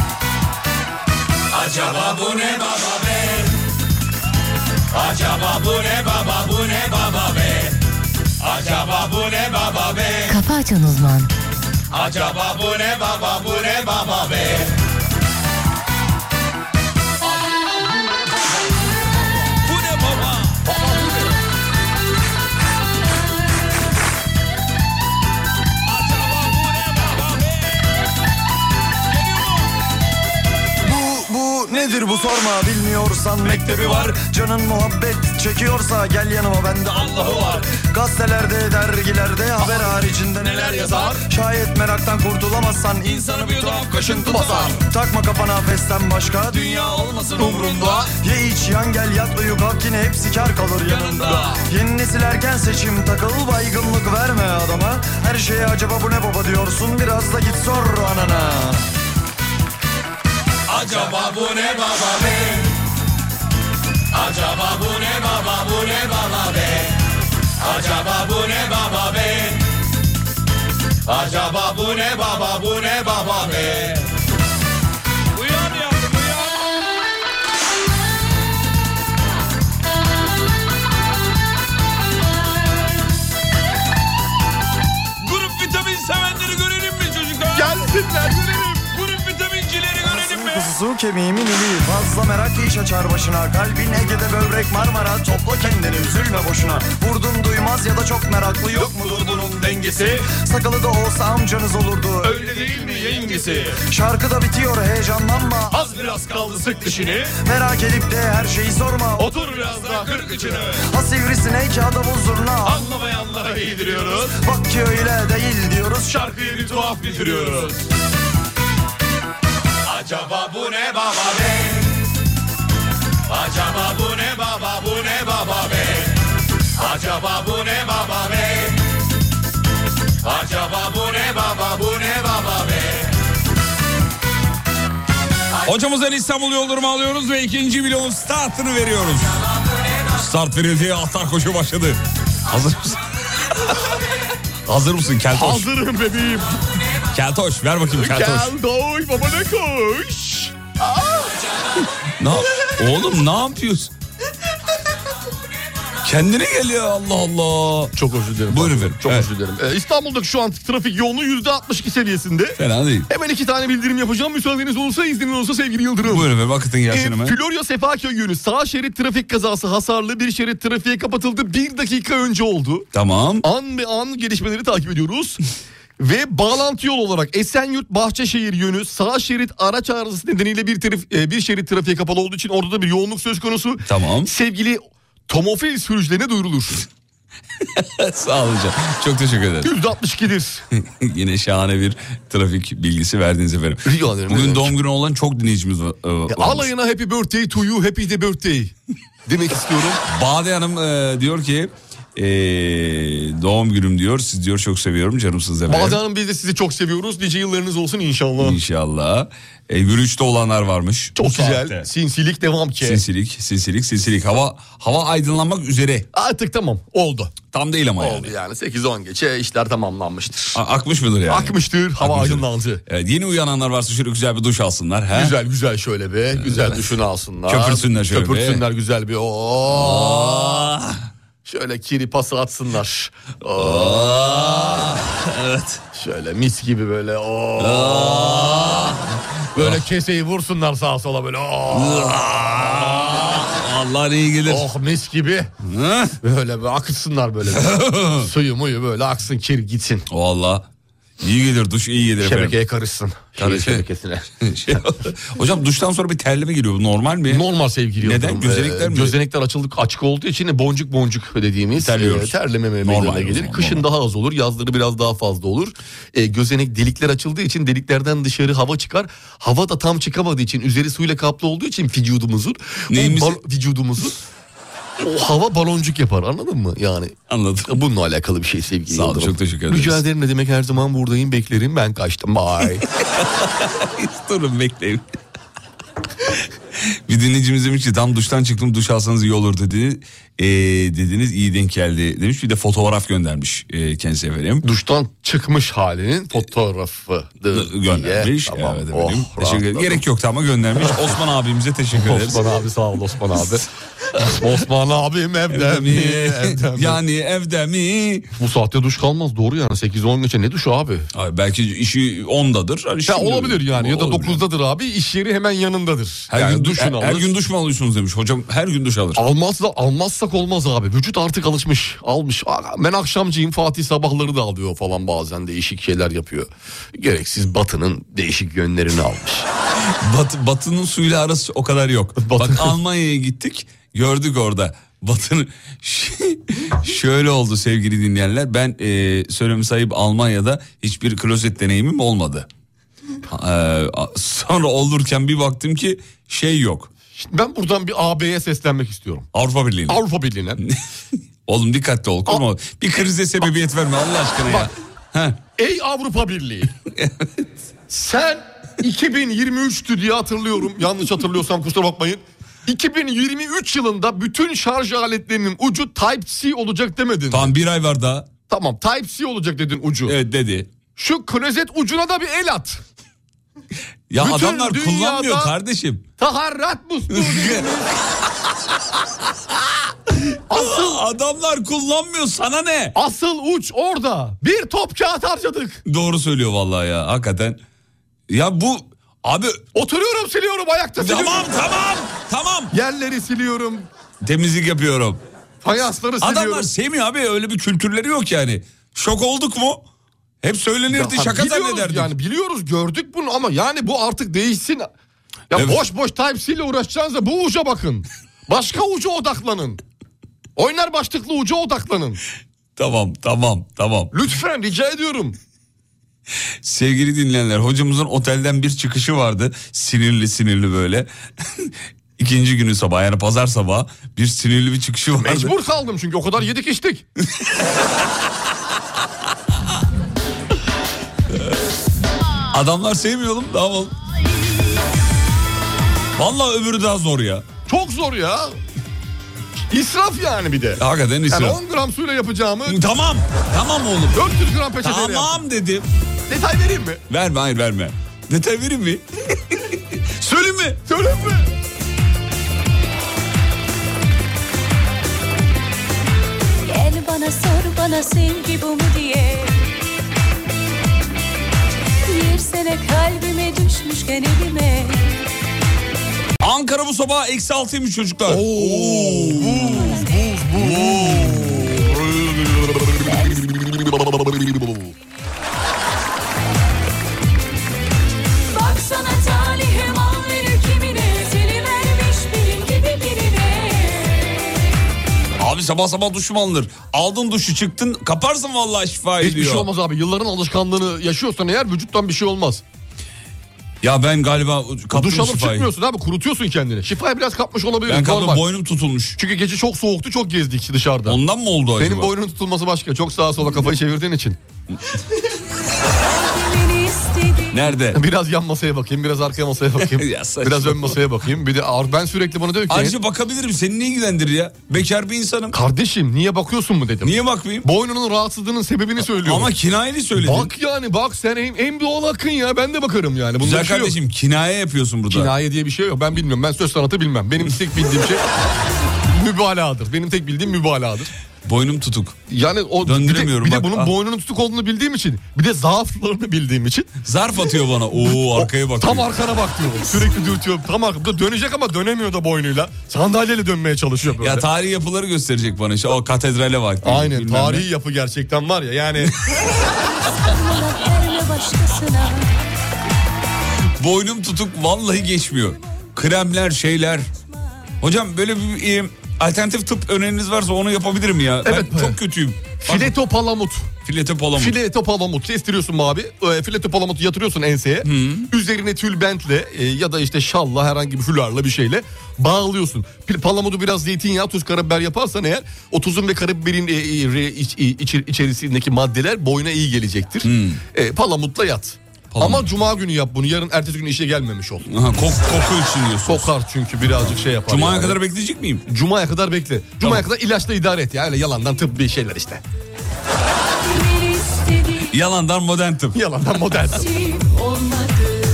Acaba bu ne baba be? Acaba bu ne baba, bu ne baba be? Acaba bu ne baba be? Kafa Açan Uzman. Acaba bu ne baba, bu ne baba be? Bu ne baba? Bu nedir bu sorma, bilmiyorsan mektebi var. Canın muhabbet çekiyorsa gel yanıma, bende Allah'ı var. Gazetelerde dergilerde haber haricinde neler yazar. Şayet meraktan kurtulamazsan insanı bir tuhaf kaşıntı basar. Takma kafana festen başka dünya olmasın umrunda. Ye iç yan gel yat uyu kalk yine hepsi kar kalır yanında. Yeni nesil erken seçim takıl, baygınlık verme adama. Her şeye acaba bu ne baba diyorsun, biraz da git sor anana. Acaba bu ne baba be? Acaba bu ne baba, bu ne baba be? Acaba bu ne baba be? Acaba bu ne baba, bu ne baba be? Uyan yavrum uyan. Grup vitamin sevenleri görelim mi çocuklar? Gelsinler görelim. Grup vitaminçileri görelim mi? Kuzusu kemiğimin ili, fazla merak iş açar başına. Kalbin Ege'de böbrek Marmara, topla kendini üzülme boşuna. Vurdum duymaz ya da çok meraklı, yok mudur bunun dengesi? Sakalı da olsa amcanız olurdu, Öyle değil mi yengesi? şarkı da bitiyor heyecanlanma. Az biraz kaldı sık dişini. Merak edip de her şeyi sorma. Otur biraz daha kırk içini. Ha sivrisinek ya da buzurna. Anlamayanlara giydiriyoruz. Bak ki öyle değil diyoruz. Şarkıyı bir tuhaf bitiriyoruz. Acaba bu ne baba be? Acaba bu ne baba, bu ne baba be? Acaba bu ne baba be? Acaba bu ne baba, bu ne baba be? Hocamızdan İstanbul yol durumu alıyoruz ve 2. bloğun startını veriyoruz. Start verildi, atlar koşu başladı. Hazır mısın? Hazır mısın Keltoş? Hazırım bebeğim. Keltoş ver bakayım Keltoş. Gel doy babana koş. Oğlum ne yapıyorsun? Kendine geliyor, Allah Allah. Çok özür dilerim. Buyurun efendim. Çok özür dilerim. İstanbul'daki şu an trafik yoğunluğu %62 seviyesinde. Fena değil. Hemen 2 tane bildirim yapacağım. Müsaadeniz olursa, izniniz olursa sevgili Yıldırım. Buyurun efendim, vakıtın gelsin hemen. Florya Sefaköy yönü sağ şerit trafik kazası hasarlı, bir şerit trafiğe kapatıldı. 1 dakika önce oldu. Tamam. An be an gelişmeleri takip ediyoruz. Ve bağlantı yol olarak Esenyurt Bahçeşehir yönü sağ şerit araç arızası nedeniyle bir şerit trafiğe kapalı olduğu için orada da bir yoğunluk söz konusu. Tamam. Sevgili tomofil sürücülerine duyurulur. Sağ olun hocam. Çok teşekkür ederim. %62'dir. Yine şahane bir trafik bilgisi verdiniz efendim. Rica ederim. Bugün doğum günü olan çok dinleyicimiz var. Alayına happy birthday to you, happy the birthday demek istiyorum. Bade Hanım diyor ki doğum günüm diyor. Siz diyor çok seviyorum, canımsınız efendim. Bade Hanım, biz de sizi çok seviyoruz. Nice yıllarınız olsun inşallah. İnşallah. Yürüyüşte olanlar varmış. Çok güzel. Saatte. Sinsilik devam ki. Sinsilik. Hava aydınlanmak üzere. Artık tamam oldu. Tam değil ama Oldu yani 8-10 geçe işler tamamlanmıştır. Akmış mıdır yani? Akmıştır, hava aydınlandı. Evet, yeni uyananlar varsa şöyle güzel bir duş alsınlar. He? Güzel şöyle bir güzel duşunu alsınlar. Köpürsünler şöyle. Köpürsünler güzel bir. Şöyle kiri pası atsınlar. Evet. Şöyle mis gibi böyle. Böyle keseyi vursunlar sağa sola böyle. Allah iyi gelir. Oh mis gibi. Böyle bir akıtsınlar böyle. Suyu muyu böyle aksın, kir gitsin. Vallahi iyi gelir, duş iyi gelir. Şebekeye karışsın. Şebekesine. Hocam duştan sonra bir terleme geliyor. Bu normal mi? Normal sevgili Neden? Yıldırım. Gözenekler mi? Gözenekler açık olduğu için boncuk dediğimiz terleme meydana gelir. Kışın daha az olur, yazları biraz daha fazla olur. Gözenek delikler açıldığı için deliklerden dışarı hava çıkar. Hava da tam çıkamadığı için, üzeri suyla kaplı olduğu için vücudumuzun o hava baloncuk yapar, anladın mı? Yani anladım. Bununla alakalı bir şey sevgili Sağ olun, Yıldırım. çok teşekkür ederiz. Rica ederim, ne demek, her zaman buradayım, beklerim, ben kaçtım, bye. Durun bekleyin. Bir dinleyicimiz demiş ki tam duştan çıktım, duş alsanız iyi olur dediniz, iyi denk geldi demiş. Bir de fotoğraf göndermiş kendisi efendim. Duştan çıkmış halinin fotoğrafı göndermiş. Tamam. Evet efendim. Teşekkür ederim. Gerek yoktu ama göndermiş. Osman abimize teşekkür ederiz. Osman abi sağ ol Osman abi. Osman abim evde mi? Yani evde mi? Bu saatte duş kalmaz, doğru yani, 8-10 geçe ne duşu abi? Abi belki işi 10'dadır. Hani olabilir yani, ya da 9'dadır abi, iş yeri hemen yanındadır. Her gün duş mu alıyorsunuz demiş. Hocam her gün duş alır. Almazsak olmaz abi. Vücut artık almış. Ben akşamcıyım, Fatih sabahları da alıyor falan, bazen değişik şeyler yapıyor. Gereksiz Batı'nın değişik yönlerini almış. Batı'nın suyla arası o kadar yok. Bak Almanya'ya gittik, gördük orada. Batı'nın şöyle oldu sevgili dinleyenler. Ben söylemesi ayıp, Almanya'da hiçbir klozet deneyimim olmadı. Sonra olurken bir baktım ki yok. Ben buradan bir AB'ye seslenmek istiyorum. Avrupa Birliği'ne. Oğlum dikkatli ol. Bir krize sebebiyet verme Allah aşkına ya. Ey Avrupa Birliği. Evet. Sen 2023'tü diye hatırlıyorum. Yanlış hatırlıyorsam kusura bakmayın. 2023 yılında bütün şarj aletlerinin ucu Type-C olacak demedin. Tamam, bir ay var daha. Tamam, Type-C olacak dedin ucu. Evet dedi. Şu klozet ucuna da bir el at. Ya bütün adamlar kullanmıyor kardeşim. Taharrat musluğu. Adamlar kullanmıyor, sana ne? Asıl uç orada. Bir top kağıt harcadık. Doğru söylüyor vallahi ya, hakikaten. Ya bu abi, oturuyorum, siliyorum, ayakta siliyorum. Tamam. Yerleri siliyorum. Temizlik yapıyorum. Fayansları siliyorum. Adamlar sevmiyor abi, öyle bir kültürleri yok yani. Şok olduk mu? Hep söylenirdi, şaka zannederdik. Yani biliyoruz, gördük bunu ama yani bu artık değişsin. Ya evet. boş Type-C ile uğraşacağınıza bu uca bakın. Başka uca odaklanın. Oynar başlıklı uca odaklanın. Tamam. Lütfen rica ediyorum. Sevgili dinleyenler, hocamızın otelden bir çıkışı vardı. Sinirli böyle. İkinci günü sabah, yani pazar sabahı bir sinirli bir çıkışı vardı. Mecbur kaldım çünkü o kadar yedik içtik. Adamlar sevmiyor oğlum, daha ol. Vallahi öbürü daha zor ya. Çok zor ya. İsraf yani bir de. Hakikaten israf. Yani 10 gram suyla yapacağımı... Tamam oğlum. 400 gram peçeteyle yaptım. Tamam dedim. Detay vereyim mi? Verme, hayır verme. Detay vereyim mi? Söyleyeyim mi? bana sevgi bu mu diye. Bir sene kalbime düşmüşken elime. Ankara bu sabah -6'ymış çocuklar. Baksana talihim al verir kimine, seni vermiş benim gibi birine. Abi sabah sabah duş mu alınır? Aldın duşu çıktın kaparsın vallahi şifayı Hiçbir diyor. şey olmaz abi. Yılların alışkanlığını yaşıyorsan eğer vücuttan bir şey olmaz. Ya ben galiba kaptım Duş alıp şifayı. çıkmıyorsun abi, kurutuyorsun kendini. Şifayı biraz kapmış olabilir. Ben kaptım, normal. boynum tutulmuş. Çünkü gece çok soğuktu, çok gezdik dışarıda. Ondan mı oldu acaba? Senin boynun tutulması başka. Çok sağa sola kafayı çevirdiğin için. Nerede? Biraz yan masaya bakayım, biraz arkaya masaya bakayım. Ya saçma. Biraz ön masaya bakayım. Bir de ben sürekli bana diyor ki... Ayrıca bakabilirim. Seni ne ilgilendirir ya? Bekar bir insanım. Kardeşim niye bakıyorsun mu dedim. Niye bakmayayım? Boynunun rahatsızlığının sebebini söylüyorum. Ama kinayeli söyledin. Bak yani bak, sen en doğal hakkın ya. Ben de bakarım yani. Bunda Güzel bir şey yok. kardeşim kinaye yapıyorsun burada. Kinaye diye bir şey yok. Ben bilmiyorum. Ben söz sanatı bilmem. Benim tek bildiğim şey mübalağadır. Benim tek bildiğim mübalağadır. Boynum tutuk. Yani o Döndüremiyorum. bir de bak. bunun boynunun tutuk olduğunu bildiğim için, bir de zaaflarını bildiğim için Zarf atıyor bana. Oo arkaya bak. tam arkana bak diyor. Sürekli dürtüyor. Tam arkada dönecek ama dönemiyor da boynuyla. Sandalyeyle dönmeye çalışıyor böyle. Ya tarihi yapıları gösterecek bana işte. O katedrale bak. Aynen, Bilmem tarihi ne. yapı gerçekten var ya yani. Verme başkasına. Boynum tutuk vallahi geçmiyor. Kremler şeyler. Hocam böyle bir alternatif tıp öneriniz varsa onu yapabilirim ya. Evet, ben çok kötüyüm. Fileto palamut. Fileto palamut. Fileto palamut kestiriyorsun mu abi? Fileto palamutu yatırıyorsun enseye. Üzerine tülbentle ya da işte şalla, herhangi bir fularla bir şeyle bağlıyorsun. Palamudu biraz zeytinyağı, tuz, karabiber yaparsan eğer, o tuzun ve karabiberin içerisindeki maddeler boyuna iyi gelecektir. Palamutla yat. Palamut. Ama cuma günü yap bunu. Yarın ertesi gün işe gelmemiş ol. Aha, koku için diyorsun. Kokar çünkü birazcık şey yapar. Cuma'ya yani. kadar bekleyecek miyim? Cuma'ya kadar bekle. Cuma'ya Tamam. kadar ilaçla idare et ya. Öyle yalandan tıbbi şeyler işte. Bir istediğim Yalandan modern tıp. Yalandan modern. olmadı.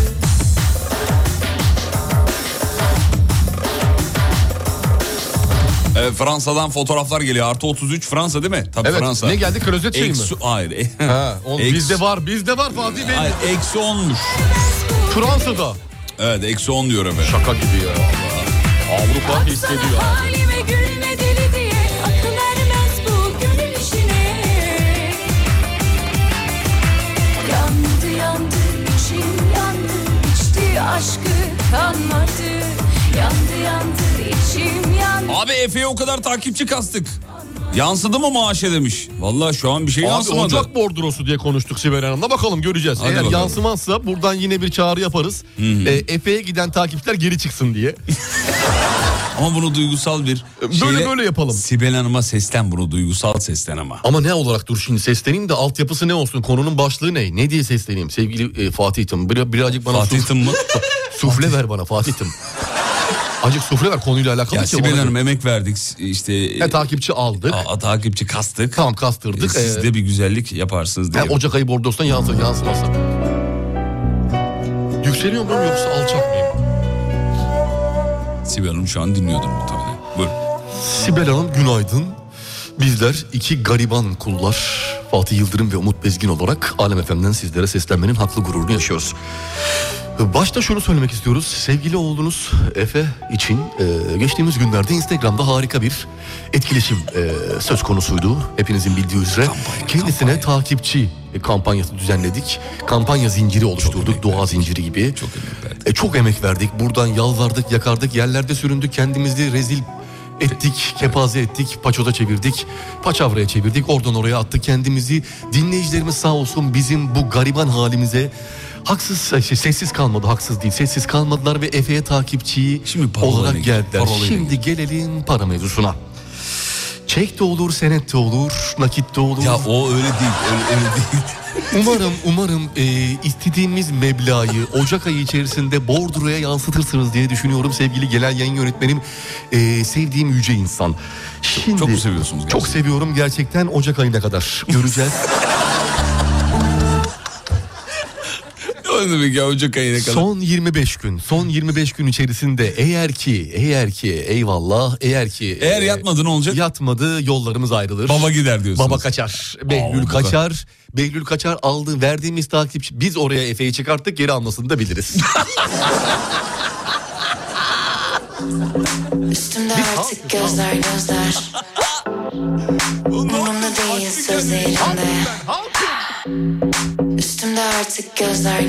Fransa'dan fotoğraflar geliyor. Artı 33 Fransa değil mi? Tabii Evet. Fransa. Ne geldi? Klozet şeyi mi? Hayır. Ha, bizde var Fatih Bey. Hayır, -10'muş. Fransa'da. Evet, -10 diyor efendim. Şaka gibi ya. Avrupa hissediyor abi. Halime gülme deli diye, akıl ermez bu gönül işine. Yandı yandı içim yandı, içti aşkı kanmadı. Yandı yandı içim yandı. Abi Efe'ye o kadar takipçi kastık. Yansıdı mı maaşa demiş. Vallahi şu an bir şey Abi yansımadı. Ocak bordrosu diye konuştuk Sibel Hanım'la. Bakalım göreceğiz. Hadi Eğer bakalım. yansımazsa buradan yine bir çağrı yaparız. Efe'ye giden takipçiler geri çıksın diye. Ama bunu duygusal bir Böyle yapalım. Sibel Hanım'a seslen, bunu duygusal seslen ama. Ama ne olarak, dur şimdi sesleneyim de altyapısı ne olsun? Konunun başlığı ne? Ne diye sesleneyim sevgili Fatih'im? Birazcık bana Fatih'im mı? sufle ver bana Fatih'im. Azıcık sufle ver, konuyla alakalı. Ya ki Sibel ona Hanım göre. emek verdik işte. Takipçi aldık. Takipçi kastık. Tamam, kastırdık. Siz de bir güzellik yaparsınız diye. Ocak ayı bordrosundan yansımazsa. Yükseliyor muyum yoksa alçak mıyım? Sibel Hanım şu an dinliyordur muhtemelen. Buyurun. Sibel Hanım günaydın. Bizler iki gariban kullar, Fatih Yıldırım ve Umut Bezgin olarak Alem FM'den sizlere seslenmenin haklı gururunu yaşıyoruz. Başta şunu söylemek istiyoruz. Sevgili oğlunuz Efe için geçtiğimiz günlerde Instagram'da harika bir etkileşim söz konusuydu. Hepinizin bildiği üzere kendisine takipçi kampanyası düzenledik. Kampanya zinciri oluşturduk, dua zinciri gibi. Çok emek verdik. Çok emek verdik. Buradan yalvardık, yakardık, yerlerde süründük, kendimizi rezil ettik, kepaze ettik, paçoza çevirdik, paçavraya çevirdik, oradan oraya attık kendimizi. Dinleyicilerimiz sağ olsun bizim bu gariban halimize sessiz kalmadı, haksız değil, sessiz kalmadılar ve Efe'ye takipçi olarak geldiler. Şimdi gelelim para mevzusuna. Çek de olur, senet de olur, nakit de olur. Ya o öyle değil, öyle değil. Umarım istediğimiz meblağı Ocak ayı içerisinde bordroya yansıtırsınız diye düşünüyorum sevgili gelen yayın yönetmenim, sevdiğim yüce insan. Şimdi, çok mu seviyorsunuz gerçekten? Çok seviyorum gerçekten, Ocak ayına kadar göreceğiz. ne demek ya Ocak ayına kadar? Son 25 gün. Son 25 gün içerisinde eğer ki eyvallah eğer yatmadı ne olacak? Yatmadı, yollarımız ayrılır. Baba gider diyorsunuz. Baba kaçar. Behlül kaçar. Behlül kaçar, verdiğimiz takipçi. Biz oraya Efe'yi çıkarttık, geri almasını da biliriz. Üstümde artık gözler. Umurumda değil sözlerinde. Üstümde artık gözler.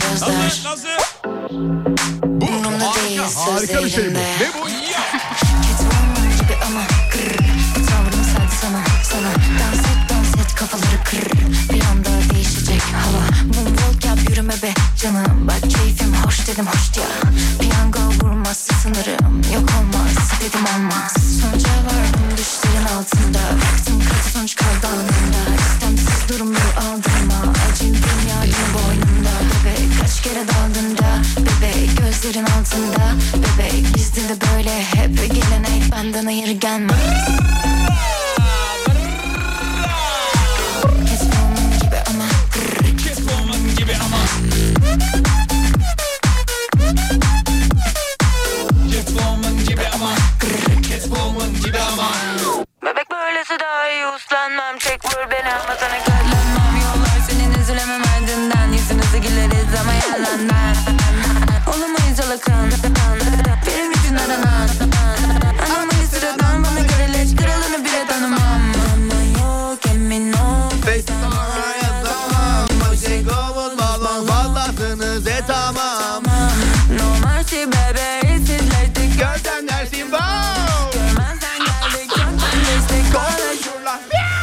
Umurumda değil Harika bir şey bu. sözlerinde. Ne bu? Catwoman gibi ama kırr. Tavrım sana dans et kafaları kırr. Bir anda değişecek hava. Moonwalk yap yürüme be canım. Bak keyfim hoş dedim hoş ya. Piyango vurmaz sınırım. Yok olmaz dedim olmaz. Sonuca vardım düşlerin altında. Baktım kaç sonuç kaldı anında. İstemsiz durumları aldırma. Acım dünyacım boynumda. Bebek kaç kere daldın da. Bebek gözlerin altında. Bebek bizde de böyle hep gelenek. Benden hayır gelmez. Catwoman gibi ama bebek böylesi daha iyi uslanmam. Çek vur beni ama sana katlanmam. Yollar senin üzülemem ardından. Yüzünüzü güleriz ama yalandan. Olamayız alakın. Benim için aranan. Anlamayı sıradan bana göre leş kralını bile tanımam. Ama yok emin ol. Tamam. No mercy baby, sizleştik. Gözden dersin var. Görmezden geldik, çoktan geçtik. Konuşurlar.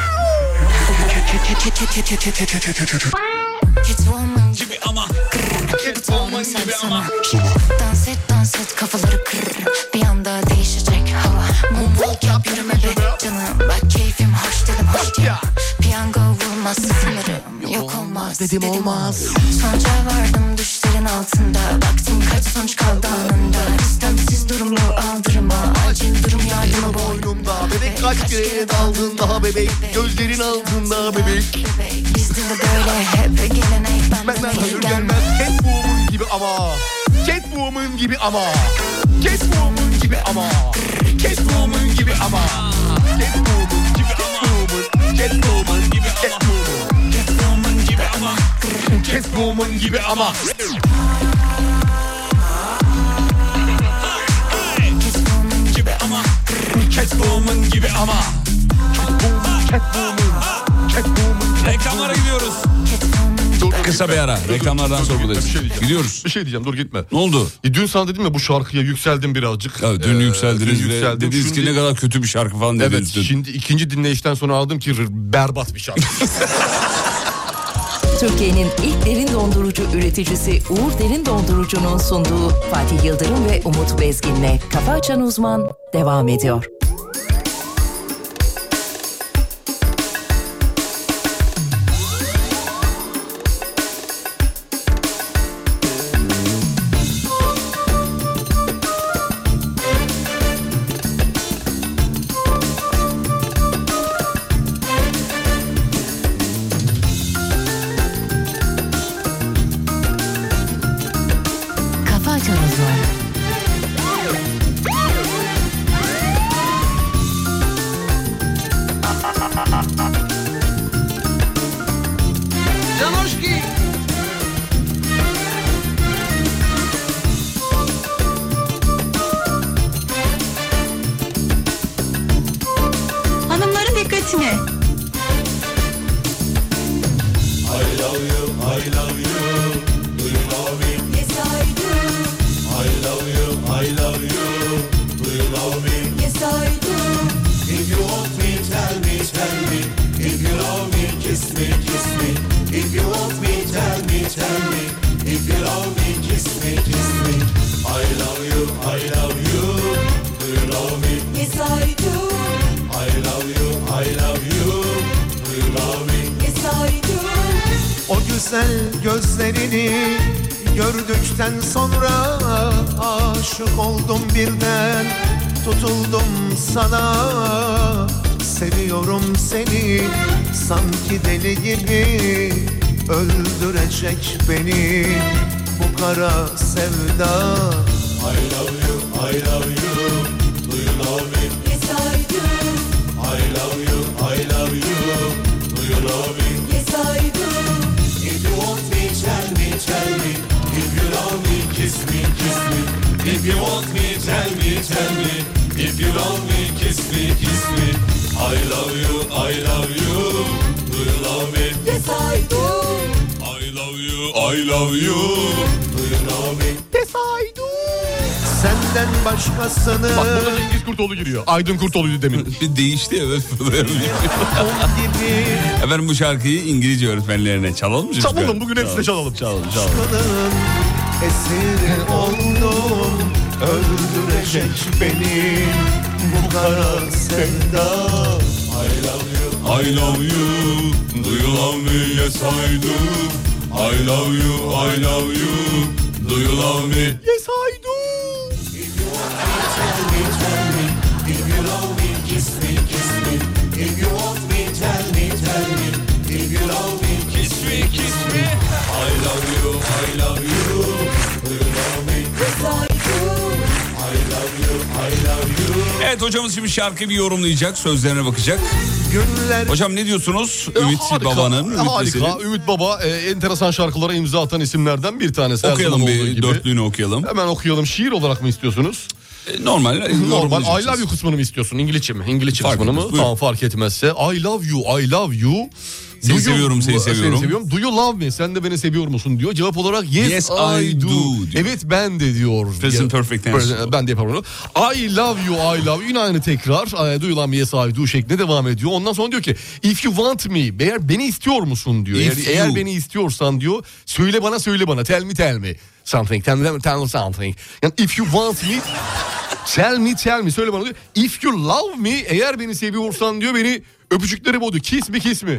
Catwoman Gibi ama. Catwoman gibi ama. Dans et kafaları kır. Bir anda değişecek hava. Moonwalk yap yürüme be canım. Bak keyfim hoş dedim hoş ya. Piyango vurmaz sınırım. Yok olmaz dedim olmaz. Sonuca vardım düşlerin altında. Baktım kaç sonuç kaldı anında. İstemsiz durumu aldırma. Acil durum yardımı boynumda. Bebek kaç kere daldın daha bebek. Gözlerin altında bebek. Bizde de böyle hep gelenek. Benden hayır gelmez. Catwoman gibi ama. Catwoman gibi ama. Catwoman gibi ama. Catwoman gibi ama. Catwoman gibi ama. Catwoman gibi ama. Catwoman gibi ama. Reklamlara gidiyoruz. Kısa bir ara. Reklamlardan sonra buradayız. Gidiyoruz. Bir şey diyeceğim, dur gitme. Ne oldu? Dün sana dedim ya, bu şarkıya yükseldim birazcık. Evet, dün yükseldiniz dün ve yükseldim. dediniz ki Şimdi- ne kadar kötü bir şarkı falan dediniz. Evet, dün. şimdi ikinci dinleyişten sonra aldım ki berbat bir şarkı. Türkiye'nin ilk derin dondurucu üreticisi Uğur Derin Dondurucu'nun sunduğu Fatih Yıldırım ve Umut Bezgin'le Kafa Açan Uzman devam ediyor. Kafa Açan Uzman. Canoşki. Hanımların dikkatine. O güzel gözlerini gördükten sonra aşık oldum birden, tutuldum sana. Seviyorum seni sanki deli gibi, öldürecek beni. bu kara sevda. I love you, I love you. Do you love me? Yes I do. I love you, I love you. Do you love me? Yes I do. If you want me, tell me, tell me. If you love me, kiss me, kiss me. If you want me, tell me, tell me. If you love me, kiss me, kiss me. I love you, I love you. Do you love me? Yes I do. I love you, I love you. Do you love me? Yes I do. Senden başkasını. Bak burada Cengiz Kurtoğlu giriyor. Aydın Kurtoğlu'ydu demin. Bir değişti evet. Efendim bu şarkıyı İngilizce öğretmenlerine çalalım mı? Çalalım bugün hepsine çalalım. Çalalım. Esiri oldum, öldürecek beni bu kara sevda. I love you. Do you love me? Yes I do. I love you, I love you. Do you love me? Yes I do. If you want me, tell me, tell me. If you love me, kiss me, kiss me. If you want me, tell me, tell me. If you love me, kiss me, kiss me. I love you, I love you. Do you love me? Yes I do. I love you, I love you. Evet hocamız şimdi şarkıyı bir yorumlayacak, sözlerine bakacak. Gönüller... Hocam ne diyorsunuz? Ümit Baba'nın. Harika. Ümit Baba enteresan şarkılara imza atan isimlerden bir tanesi. Okuyalım bir dörtlüğünü okuyalım. Hemen okuyalım. Şiir olarak mı istiyorsunuz? Normal. I love you kısmını mı istiyorsun? İngilizce mi? İngilizce kısmını mı? Buyurun. Tamam fark etmezse. I love you, I love you. Seni seviyorum, seni seviyorum. Do you love me? Sen de beni seviyor musun diyor. Cevap olarak yes I do. Evet ben de diyor. Present perfect tense. Ben de yaparım onu. I love you, I love you. Yine aynı tekrar. Do you love me? Yes I do şeklinde devam ediyor. Ondan sonra diyor ki if you want me. Eğer beni istiyor musun diyor. Eğer beni istiyorsan diyor. Söyle bana. Tell me. Something. Tell me something. Yani if you want me. Tell me. Söyle bana diyor. If you love me. Eğer beni seviyorsan diyor. Beni öpücükleri bu diyor. Kiss me.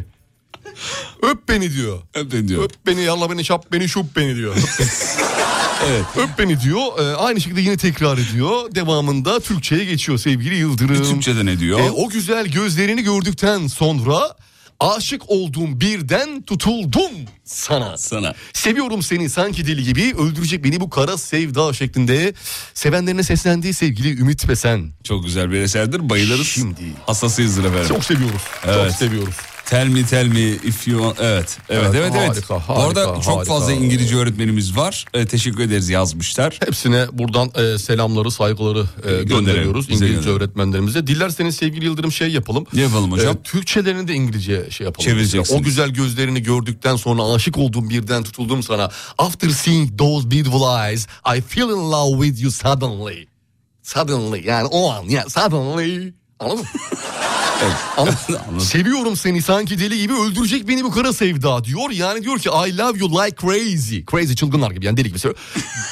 Öp beni diyor. Öp beni, yalla beni, şap beni, şup beni diyor. Evet. Öp beni diyor. Aynı şekilde yine tekrar ediyor. Devamında Türkçe'ye geçiyor sevgili Yıldırım. Türkçe'de ne diyor? O güzel gözlerini gördükten sonra aşık oldum birden tutuldum sana. Seviyorum seni sanki deli gibi öldürecek beni bu kara sevda şeklinde sevenlerine seslendiği sevgili Ümit Besen. Çok güzel bir eserdir. Bayılırız. Şimdi. Hassasıyızdır efendim. Çok seviyoruz. Evet. Çok seviyoruz. Tell me if you want. Evet. Harika. Orada çok fazla İngilizce öğretmenimiz var. Teşekkür ederiz yazmışlar. Hepsine buradan selamları, saygıları gönderiyoruz İngilizce öğretmenlerimize. Dilerseniz sevgili Yıldırım yapalım. Ne yapalım hocam? Türkçelerini de İngilizce yapalım. Çevireceksiniz. O güzel gözlerini gördükten sonra aşık oldum birden tutuldum sana. After seeing those beautiful eyes, I fell in love with you suddenly. Suddenly yani o an suddenly. Anladın mı? Evet, anladım. Seviyorum seni sanki deli gibi öldürecek beni bu kara sevda diyor. Yani diyor ki I love you like crazy. Crazy çılgınlar gibi yani deli gibi söylüyor.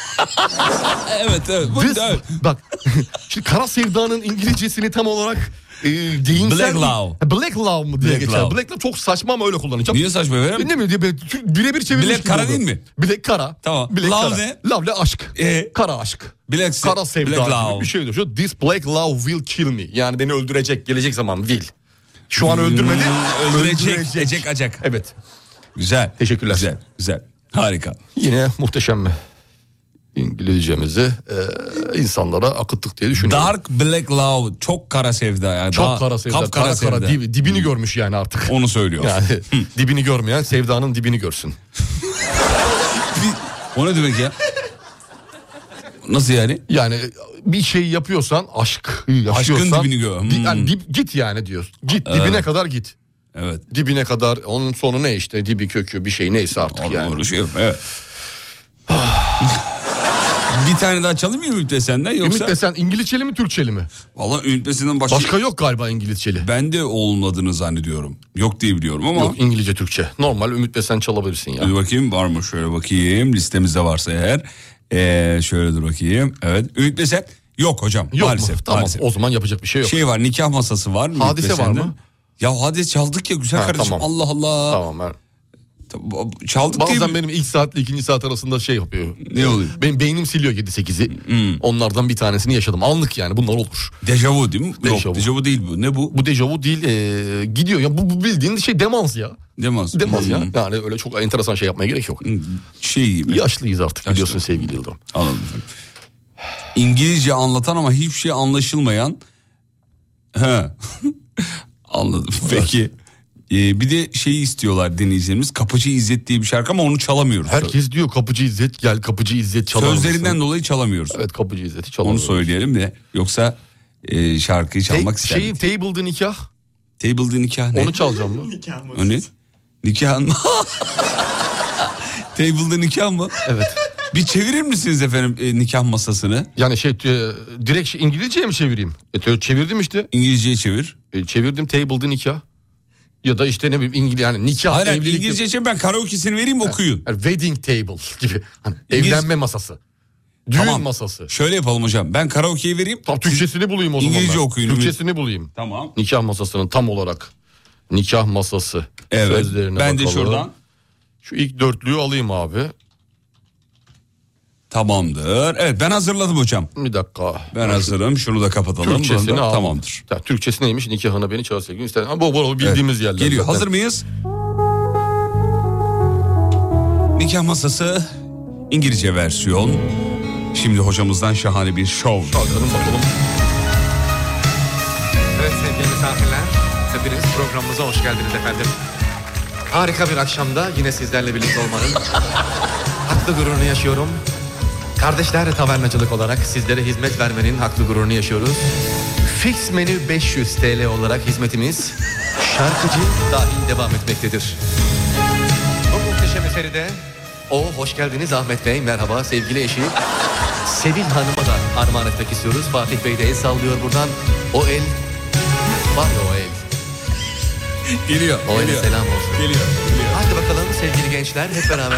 Evet. Bak şimdi kara sevdanın İngilizcesini tam olarak Black Love. Black Love mı diye geçer. Black Love çok saçma ama öyle kullanacağım. Niye saçma efendim? Ne mi diye birebir çevirmiş. Black kara değil mi? Black kara. Tamam. Black Love kara. ne? Love aşk. Kara aşk. Kara sevda Black gibi Love. bir şey diyor. Şu this black love will kill me. Yani beni öldürecek gelecek zaman will. Şu an öldürmedi. Öldürecek. Acak. Evet. Güzel. Teşekkürler. Güzel. Harika. Yine muhteşem İngilizcemizi insanlara akıttık diye düşünüyorum. Dark Black Love. Çok kara sevda yani. Çok kara sevda. Kapkara sevda. Dibini görmüş yani artık. Onu söylüyor. Yani dibini görmeyen sevdanın dibini görsün. O ne demek ya? Nasıl yani? Yani bir şey yapıyorsan aşkın dibini gör. Yani git yani diyor. Git dibine kadar git. Evet. Dibine kadar onun sonu ne işte dibi kökü bir şey neyse artık yani. Evet. Bir tane daha çalayım mı Ümit Besen'den yoksa? Ümit Besen İngilizceli mi Türkçeli mi? Vallahi Ümit Besen'den başka yok galiba İngilizceli. Ben de olmadığını zannediyorum. Yok diye biliyorum ama. Yok İngilizce Türkçe. Normal Ümit Besen çalabilirsin ya. Dur bakayım var mı şöyle bakayım listemizde varsa eğer. Şöyle dur bakayım. Evet Ümit Besen yok hocam. Yok maalesef. mu? Tamam maalesef. O zaman yapacak bir şey yok. Şey var nikah masası var. Hadise var mı? Ya hadise çaldık ya güzel kardeşim tamam. Allah Allah. Tamam ben. Çaldık Bazen diye... benim ilk saatle ikinci saat arasında şey yapıyor. Ne oluyor? Benim beynim siliyor 7-8'i. Onlardan bir tanesini yaşadım. Anlık yani, bunlar olur. Dejavu değil mi? Dejavu. Yok, dejavu değil bu. Ne bu? Bu dejavu değil, gidiyor ya, bu bildiğin şey demans ya. Demans. Ya. Yani öyle çok enteresan şey yapmaya gerek yok. Şey gibi. Yaşlıyız artık, biliyorsun sevgili Yıldırım. Anladım. İngilizce anlatan ama hiçbir şey anlaşılmayan. He. Anladım. Peki. Bir de şeyi istiyorlar dinleyicilerimiz. Kapıcı İzzet diye bir şarkı ama onu çalamıyoruz. Herkes diyor Kapıcı İzzet, gel Kapıcı İzzet çalar mısın? Sözlerinden dolayı çalamıyoruz. Evet, Kapıcı İzzet'i çalamıyoruz. Onu söyleyelim de. Yoksa şarkıyı çalmak ister miyiz? Table'da nikah. Table'da nikah ne? Onu çalacağım mı? O ne? Nikah mı? Table'da nikah mı? Evet. Bir çevirir misiniz efendim nikah masasını? Yani direkt İngilizceye mi çevireyim? Çevirdim işte. İngilizceye çevir. Çevirdim, table'da nikah. Ya da işte ne bileyim yani nikah. Hayır, İngilizce çevir, ben karaoke'sini vereyim okuyun. Yani wedding table gibi. Hani evlenme masası. Düğün masası. Şöyle yapalım hocam. Ben karaoke'yi vereyim. Tam Türkçesini bulayım o zaman. İngilizce okuyun. Türkçesini bulayım. Tamam. Nikah masasının tam olarak. Nikah masası. Evet. Sözlerine ben bakalım. de şuradan. Şu ilk dörtlüğü alayım abi. Tamamdır. Evet, ben hazırladım hocam. Bir dakika. Ben hazırım. Şunu da kapatalım. Türkçesini al. Tamamdır. Ya, Türkçesi neymiş? Nikahına beni çağır sevgilim istedim. Ama bu bildiğimiz yerler. Geliyor. Zaten. Hazır mıyız? Nikah masası İngilizce versiyon. Şimdi hocamızdan şahane bir şov. Bakalım. Evet sevgili misafirler, hepiniz programımıza hoş geldiniz efendim. Harika bir akşamda yine sizlerle birlikte olmanın haklı gururunu yaşıyorum. Kardeşler Tavernacılık olarak sizlere hizmet vermenin haklı gururunu yaşıyoruz. Fix menü 500 TL olarak hizmetimiz şarkıcı dahil devam etmektedir. Bu muhteşem eseri de hoş geldiniz Ahmet Bey, merhaba sevgili eşi Sevil Hanım'a da armağan etmek istiyoruz. Fatih Bey de el sallıyor buradan. O el var ya, o el. Geliyor. O ele selam olsun. Geliyor. Hadi bakalım sevgili gençler hep beraber.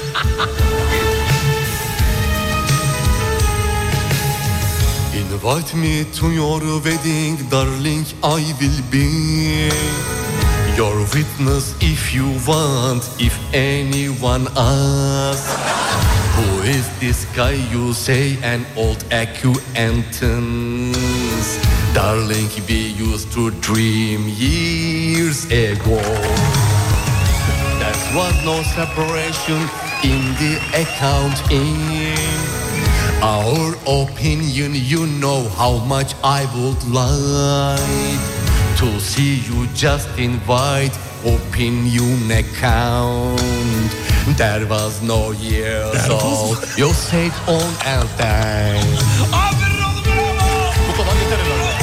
Invite me to your wedding, darling, I will be your witness if you want, if anyone asks. Who is this guy you say, an old acquaintance? Darling, we used to dream years ago. There was no separation in the accounting. Our opinion, you know how much I would like to see you just invite opinion account. There was no years old. You said on and time. Aferin oğlum, bravo. Bu kadar yeter herhalde.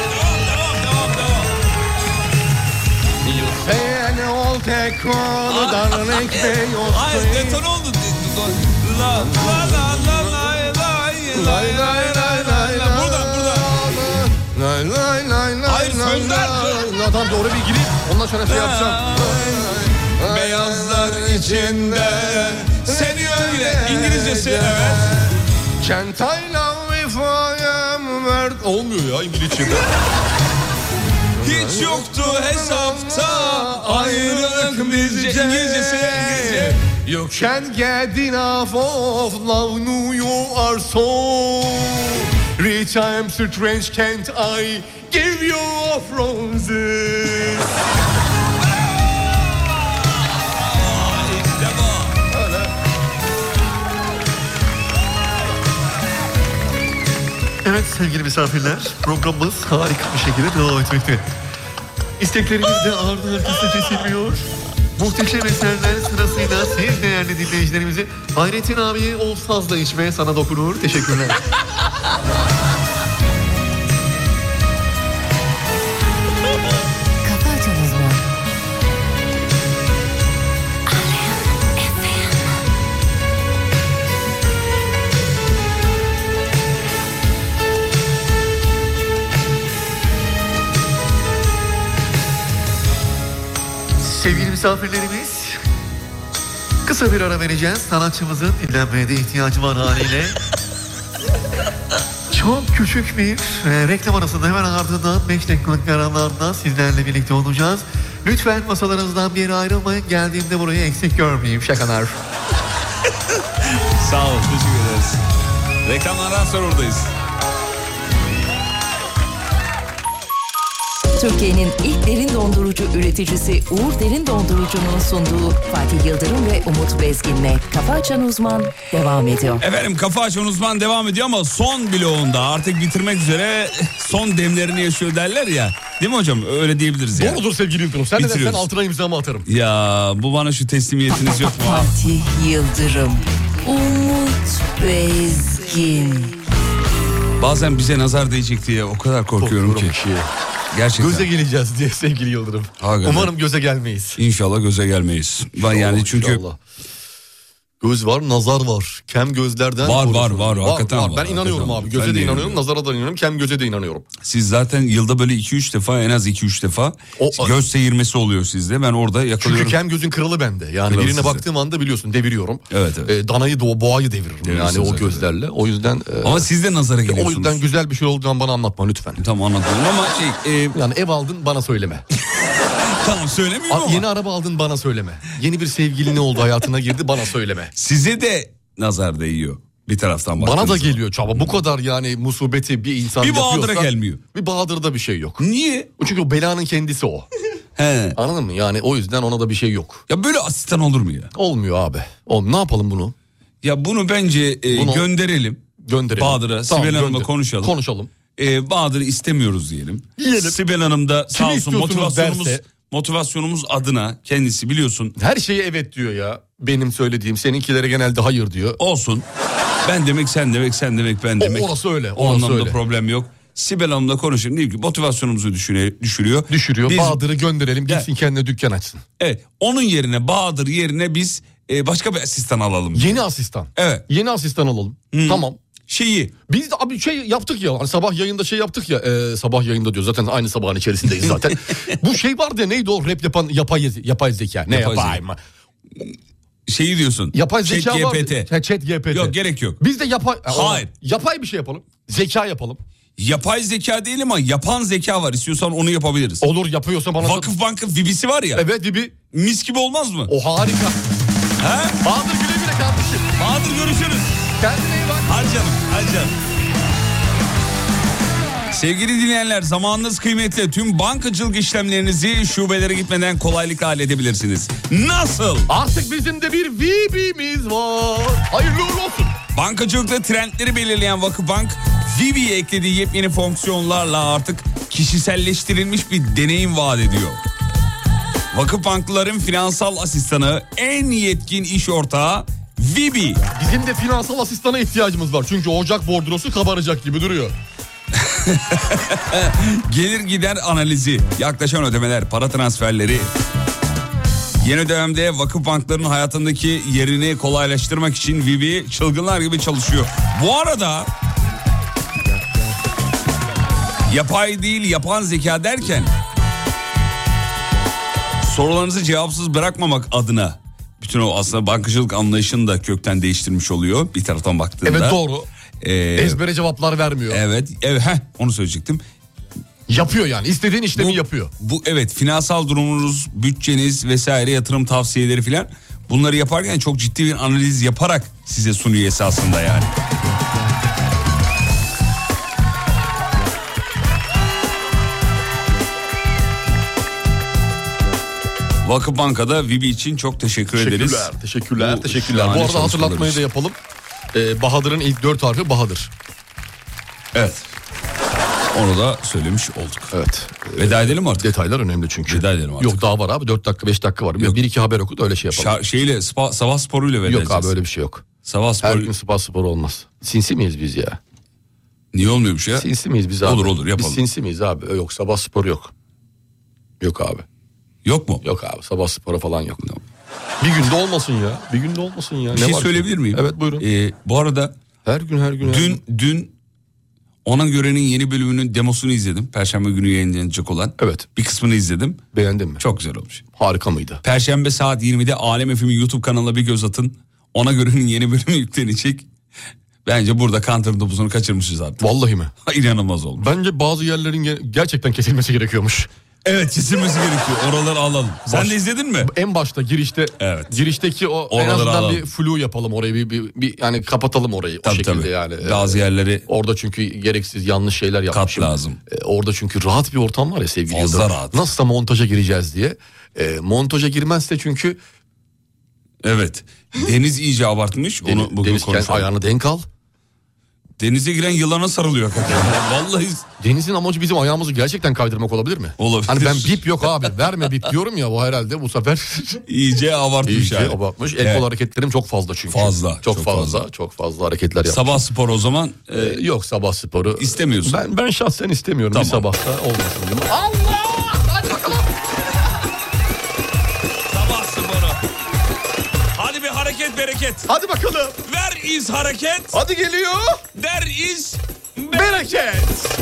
You say an old account, darling, may you Hayır, deton oldu. La la la la la. Lay lay lay lay lay. Buradan. Lay lay lay lay. Hayır, sözler. Tamam, doğru bir gireyim. Ondan sonra şey yapacağım. Beyazlar içinde seni öyle. İngilizcesi evet. Can't I love if I am worth. Olmuyor ya İngilizce'de. Hiç yoktu hesapta ayrılık bizce. İngilizcesi İngilizce. You can't get enough of love, no you are so rich, I am strange, can't I give you a roses? Evet sevgili misafirler, programımız harika bir şekilde devam etmekte. İsteklerimiz de ardı arkasına kesilmiyor. Muhteşem eserler sırasıyla siz değerli dinleyicilerimizi Hayrettin abiye ol fazla içmeye sana dokunur. Teşekkürler. Kafa Açan Uzman. Sevgili misafirlerimiz, kısa bir ara vereceğiz. Sanatçımızın dinlenmeye de ihtiyacı var haliyle. Çok küçük bir reklam arasında hemen ardından 5 dakikalık aralarında sizlerle birlikte olacağız. Lütfen masalarınızdan bir yere ayrılmayın. Geldiğimde burayı eksik görmeyeyim. Şakalar. Sağ ol, teşekkür ederiz. Reklamlardan sonra oradayız. Türkiye'nin ilk derin dondurucu üreticisi Uğur Derin Dondurucu'nun sunduğu Fatih Yıldırım ve Umut Bezgin'le Kafa Açan Uzman devam ediyor. Efendim Kafa Açan Uzman devam ediyor ama son bloğunda artık bitirmek üzere son demlerini yaşıyor derler ya. Değil mi hocam? Öyle diyebiliriz yani. Doğrudur sevgili Yıldırım. Sen ne dersen Bitiriyoruz. altına imzamı atarım. Ya bu bana şu teslimiyetiniz yok mu? Fatih Yıldırım, Umut Bezgin. Bazen bize nazar değecek diye o kadar korkuyorum ki. Gerçekten. Göze geleceğiz diye sevgili Yıldırım. Hakikaten. Umarım göze gelmeyiz. İnşallah göze gelmeyiz. Ben yani çünkü İnşallah. Göz var, nazar var. Kem gözlerden Var, korusun. var, hakikaten var. Ben inanıyorum Hakikaten. abi. Göze Ben de de inanıyorum, inanıyorum. nazara da inanıyorum, kem göze de inanıyorum. siz zaten yılda böyle 2-3 defa en az 2-3 defa göz seyirmesi oluyor sizde. Ben orada yakalıyorum. Çünkü kem gözün kralı bende. Yani Kralı birine sizde. baktığım anda biliyorsun deviriyorum. Evet, evet. Danayı boğayı deviririm yani Devirirsiniz, o evet, gözlerle. O yüzden Ama siz de nazara o geliyorsunuz. yüzden güzel bir şey olduğundan bana anlatma lütfen. Tamam anladım ama Yani ev aldın bana söyleme. tamam söylemiyorum ama. Yeni araba aldın bana söyleme. Yeni bir sevgili ne oldu hayatına girdi bana söyleme. Size de nazar değiyor bir taraftan baktığınız Bana da zaman. geliyor çaba. Bu kadar yani musibeti bir insan Bir Bahadır'a yapıyorsa, gelmiyor. Bir Bahadır'da bir şey yok. Niye? Çünkü o belanın kendisi o. He. Anladın mı? Yani o yüzden ona da bir şey yok. Ya böyle asistan olur mu ya? Olmuyor abi. Ne yapalım bunu? Ya bunu bence Bunu gönderelim. Gönderelim. Bahadır'a, Tamam, Sibel Hanım'la gönder. konuşalım. Konuşalım. Bahadır'ı istemiyoruz diyelim. Diyelim. Sibel Hanım da sağ olsun istiyorsunuz derse? motivasyonumuz adına kendisi biliyorsun. Her şeye evet diyor ya. Benim söylediğim seninkilere genelde hayır diyor. Olsun. Ben demek sen demek sen demek ben demek. Orası öyle. O Orası anlamda öyle. problem yok. Sibel Hanım'la konuşayım diyeyim ki motivasyonumuzu düşürüyor. Düşürüyor. Biz- Bahadır'ı gönderelim gitsin kendine dükkan açsın. Evet onun yerine Bahadır yerine biz başka bir asistan alalım. Yeni asistan. Evet. Yeni asistan alalım. Tamam. Şeyi Biz de abi şey yaptık ya hani sabah yayında şey yaptık ya sabah yayında diyor zaten aynı sabahın içerisindeyiz zaten. Bu şey vardı ya neydi o rap yapan yapay zeka ne Yapay yapayım zeka. Şeyi diyorsun. yapay zeka var. ChatGPT. Chat GPT. Yok gerek yok. Biz de Hayır. yapay bir şey yapalım. Zeka yapalım. Yapay zeka değil ama yapan zeka var. İstiyorsan onu yapabiliriz. Olur yapıyorsa bana. Vakıfbank'ın Vibisi var ya. Evet Vibi. Mis gibi olmaz mı? O harika. He? Bahadır güle güle kardeşim. Bahadır görüşürüz. Kendine iyi bak. Hadi canım, hadi canım. Sevgili dinleyenler zamanınız kıymetli. Tüm bankacılık işlemlerinizi şubelere gitmeden kolaylıkla halledebilirsiniz. Nasıl? Artık bizim de bir Vibi'miz var. Hayırlı uğurlu olsun. Bankacılıkta trendleri belirleyen Vakıfbank, Vibi'ye eklediği yepyeni fonksiyonlarla artık kişiselleştirilmiş bir deneyim vaat ediyor. Vakıfbanklıların finansal asistanı, en yetkin iş ortağı Vibi. Bizim de finansal asistana ihtiyacımız var. Çünkü ocak bordrosu kabaracak gibi duruyor. Gelir gider analizi, yaklaşan ödemeler, para transferleri. Yeni dönemde vakıfbankların hayatındaki yerini kolaylaştırmak için Vibi çılgınlar gibi çalışıyor. Bu arada yapay değil yapan zeka derken sorularınızı cevapsız bırakmamak adına bütün o aslında bankacılık anlayışını da kökten değiştirmiş oluyor bir taraftan baktığında. Evet doğru. Ezbere cevaplar vermiyor. Evet, onu söyleyecektim. Yapıyor yani istediğin işlemi yapıyor. Bu evet finansal durumunuz, bütçeniz vesaire yatırım tavsiyeleri filan bunları yaparken çok ciddi bir analiz yaparak size sunuyor esasında yani. Vakıfbanka'da Vibi için çok teşekkür ederiz. Teşekkürler. Bu Teşekkürler. Bu şahane arada hatırlatmayı çalışmalar da yapalım. Bahadır'ın ilk 4 harfi Bahadır. Evet. Onu da söylemiş olduk. Evet. Veda edelim artık. Detaylar önemli çünkü. Veda edelim artık. Yok daha var abi 4 dakika 5 dakika var. Yok. 1-2 haber oku da öyle şey yapalım. Sabah sporuyla veda Yok edeceğiz. abi öyle bir şey yok. Sabah Her sporu. gün spor olmaz. Sinsi miyiz biz ya? Niye olmuyormuş ya? Sinsi miyiz biz abi? Olur yapalım. Biz sinsi miyiz abi? Yok sabah sporu yok. Yok abi. Yok mu? Yok abi sabah sporu falan yok. Bir günde olmasın ya. Bir günde olmasın ya. Bir Ne şey var söyleyebilir ki? miyim? Evet buyurun. Bu arada Her gün. dün Ona Göre'nin yeni bölümünün demosunu izledim. Perşembe günü yayınlanacak olan. Evet. Bir kısmını izledim. Beğendin mi? Çok güzel olmuş. Harika mıydı? Perşembe saat 20'de Alem FM'in YouTube kanalına bir göz atın. Ona Göre'nin yeni bölümü yüklenecek. Bence burada Counter'ın topuzunu kaçırmışız artık. Vallahi mi? İnanılmaz olmuş. Bence bazı yerlerin gerçekten kesilmesi gerekiyormuş. Evet, kesilmesi gerekiyor. Oraları alalım. Sen de izledin mi? En başta girişte, evet. Girişteki o Oraları en azından alalım. bir flu yapalım orayı, bir yani kapatalım orayı Tabii, o şekilde tabii. yani. Bazı yerleri orada çünkü gereksiz yanlış şeyler yapmışım. kat lazım. Orada çünkü rahat bir ortam var ya sevgili Fazla Yıldırım. rahat. Nasılsa montaja gireceğiz diye. Montaja girmezse çünkü. Evet. Deniz iyice abartmış. Onu bugün Deniz konuşalım. ayağını denk al. Denize giren yılana sarılıyor hakikaten. Vallahi. Denizin amacı bizim ayağımızı gerçekten kaydırmak olabilir mi? Olabilir. Hani ben bip yok abi verme bip diyorum ya, bu herhalde bu sefer. İyice abartmış İyice yani. abartmış. El kol hareketlerim çok fazla çünkü. Fazla. Çok fazla. Çok fazla hareketler yapmış. Sabah spor o zaman. Yok, sabah sporu. İstemiyorsun. Ben şahsen istemiyorum. Tamam. Bir sabahta olmasın değil mi? Allah! Hadi bakalım. Sabah sporu. Hadi bir hareket bereket. Hadi bakalım. Ver iz hareket. Hadi geliyor. Der iz bereket.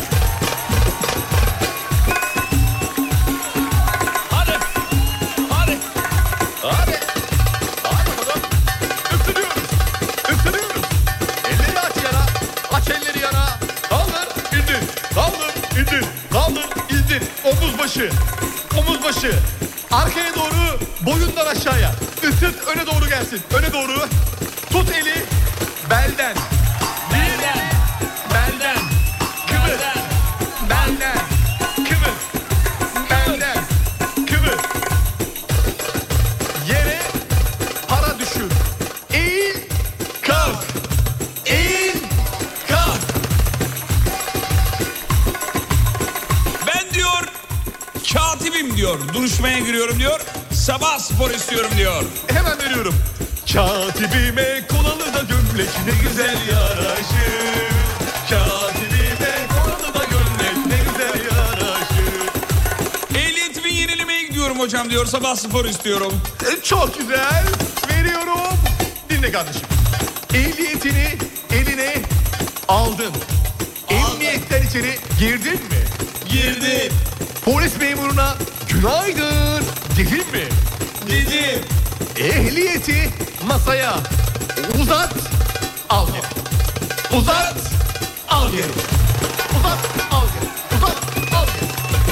Hadi. Hadi. Hadi. Hadi bakalım. Üflüyoruz. Üflüyoruz. Elleri aç yana. Aç elleri yana. Kaldır, indir. Kaldır, indir. Kaldır, indir. Omuz başı. Omuz başı. Arkaya doğru, boyundan aşağıya. Isıt, öne doğru gelsin. Öne doğru. Tut eli. Belden. Belden. Belden. Kıvır. Belden. Kıvır. Belden. Kıvır. Yere para düşür. Eğil. Kalk. Eğil. Kalk. Ben diyor katibim diyor. Duruşmaya giriyorum diyor. Sabah spor istiyorum diyor. Hemen veriyorum. Katibime kolalı da gömlek ne güzel yaraşır. Katibime kolalı da gömlek ne güzel yaraşır. Ehliyetimi yenilemeye gidiyorum hocam diyor. Sabah spor istiyorum. Çok güzel. Veriyorum. Dinle kardeşim. Ehliyetini eline aldın. Emniyetten içeri girdin mi? Girdim. Polis memuruna günaydın dedin mi? Dedim. Ehliyeti masaya uzat, al geri. Uzat, al geri. Uzat, al geri. Uzat, al geri.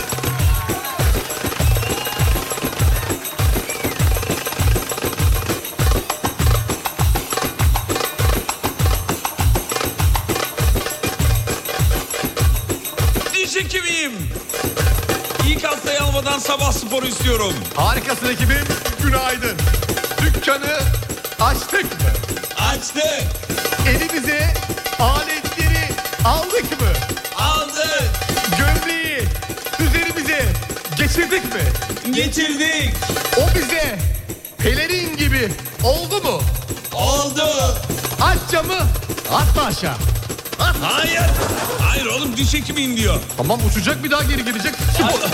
Diş hekimiyim. İlk hastayı almadan sabah sporu istiyorum. Harikasın ekibim, günaydın. Dükkanı açtık mı? Açtık. Elimize aletleri aldık mı? Aldık. Gömleği üzerimize geçirdik mi? Getirdik. O bize pelerin gibi oldu mu? Oldu. Aç camı, atma aşağı. Hayır. Hayır oğlum, diş hekimiyim diyor. Tamam, uçacak, bir daha geri gelecek. Spor.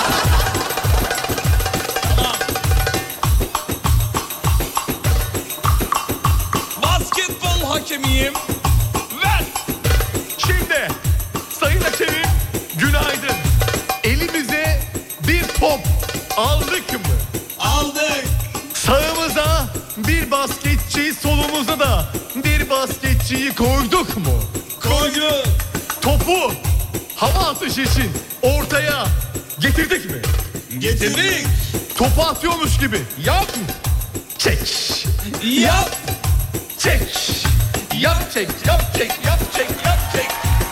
Basketbol hakemiyim. Ver. Şimdi sayın hakemim, günaydın. Elimize bir top aldık mı? Aldık. Sağımıza bir basketçi, solumuza da bir basketçiyi koyduk mu? Koyduk. Topu hava atışı için ortaya getirdik mi? Getirdik. Topu atıyormuş gibi yap, çek, Yap. çek, yap, çek, yap, çek, yap, çek, yap, çek.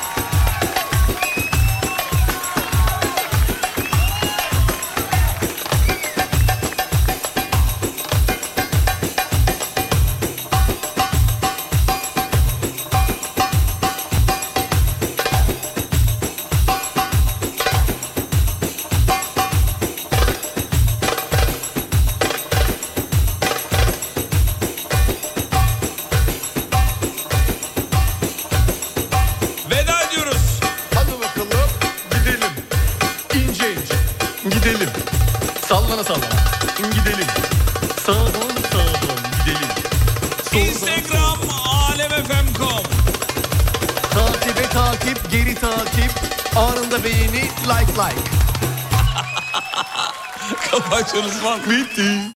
Veda ediyoruz. Hadi bakalım, gidelim. İnce ince gidelim. Sallana sallana gidelim. Sağdan sağdan gidelim. Instagram alemfm.com. Takibe takip, geri takip. Anında beğeni, like. Kafa açıyoruz lan. Bitti.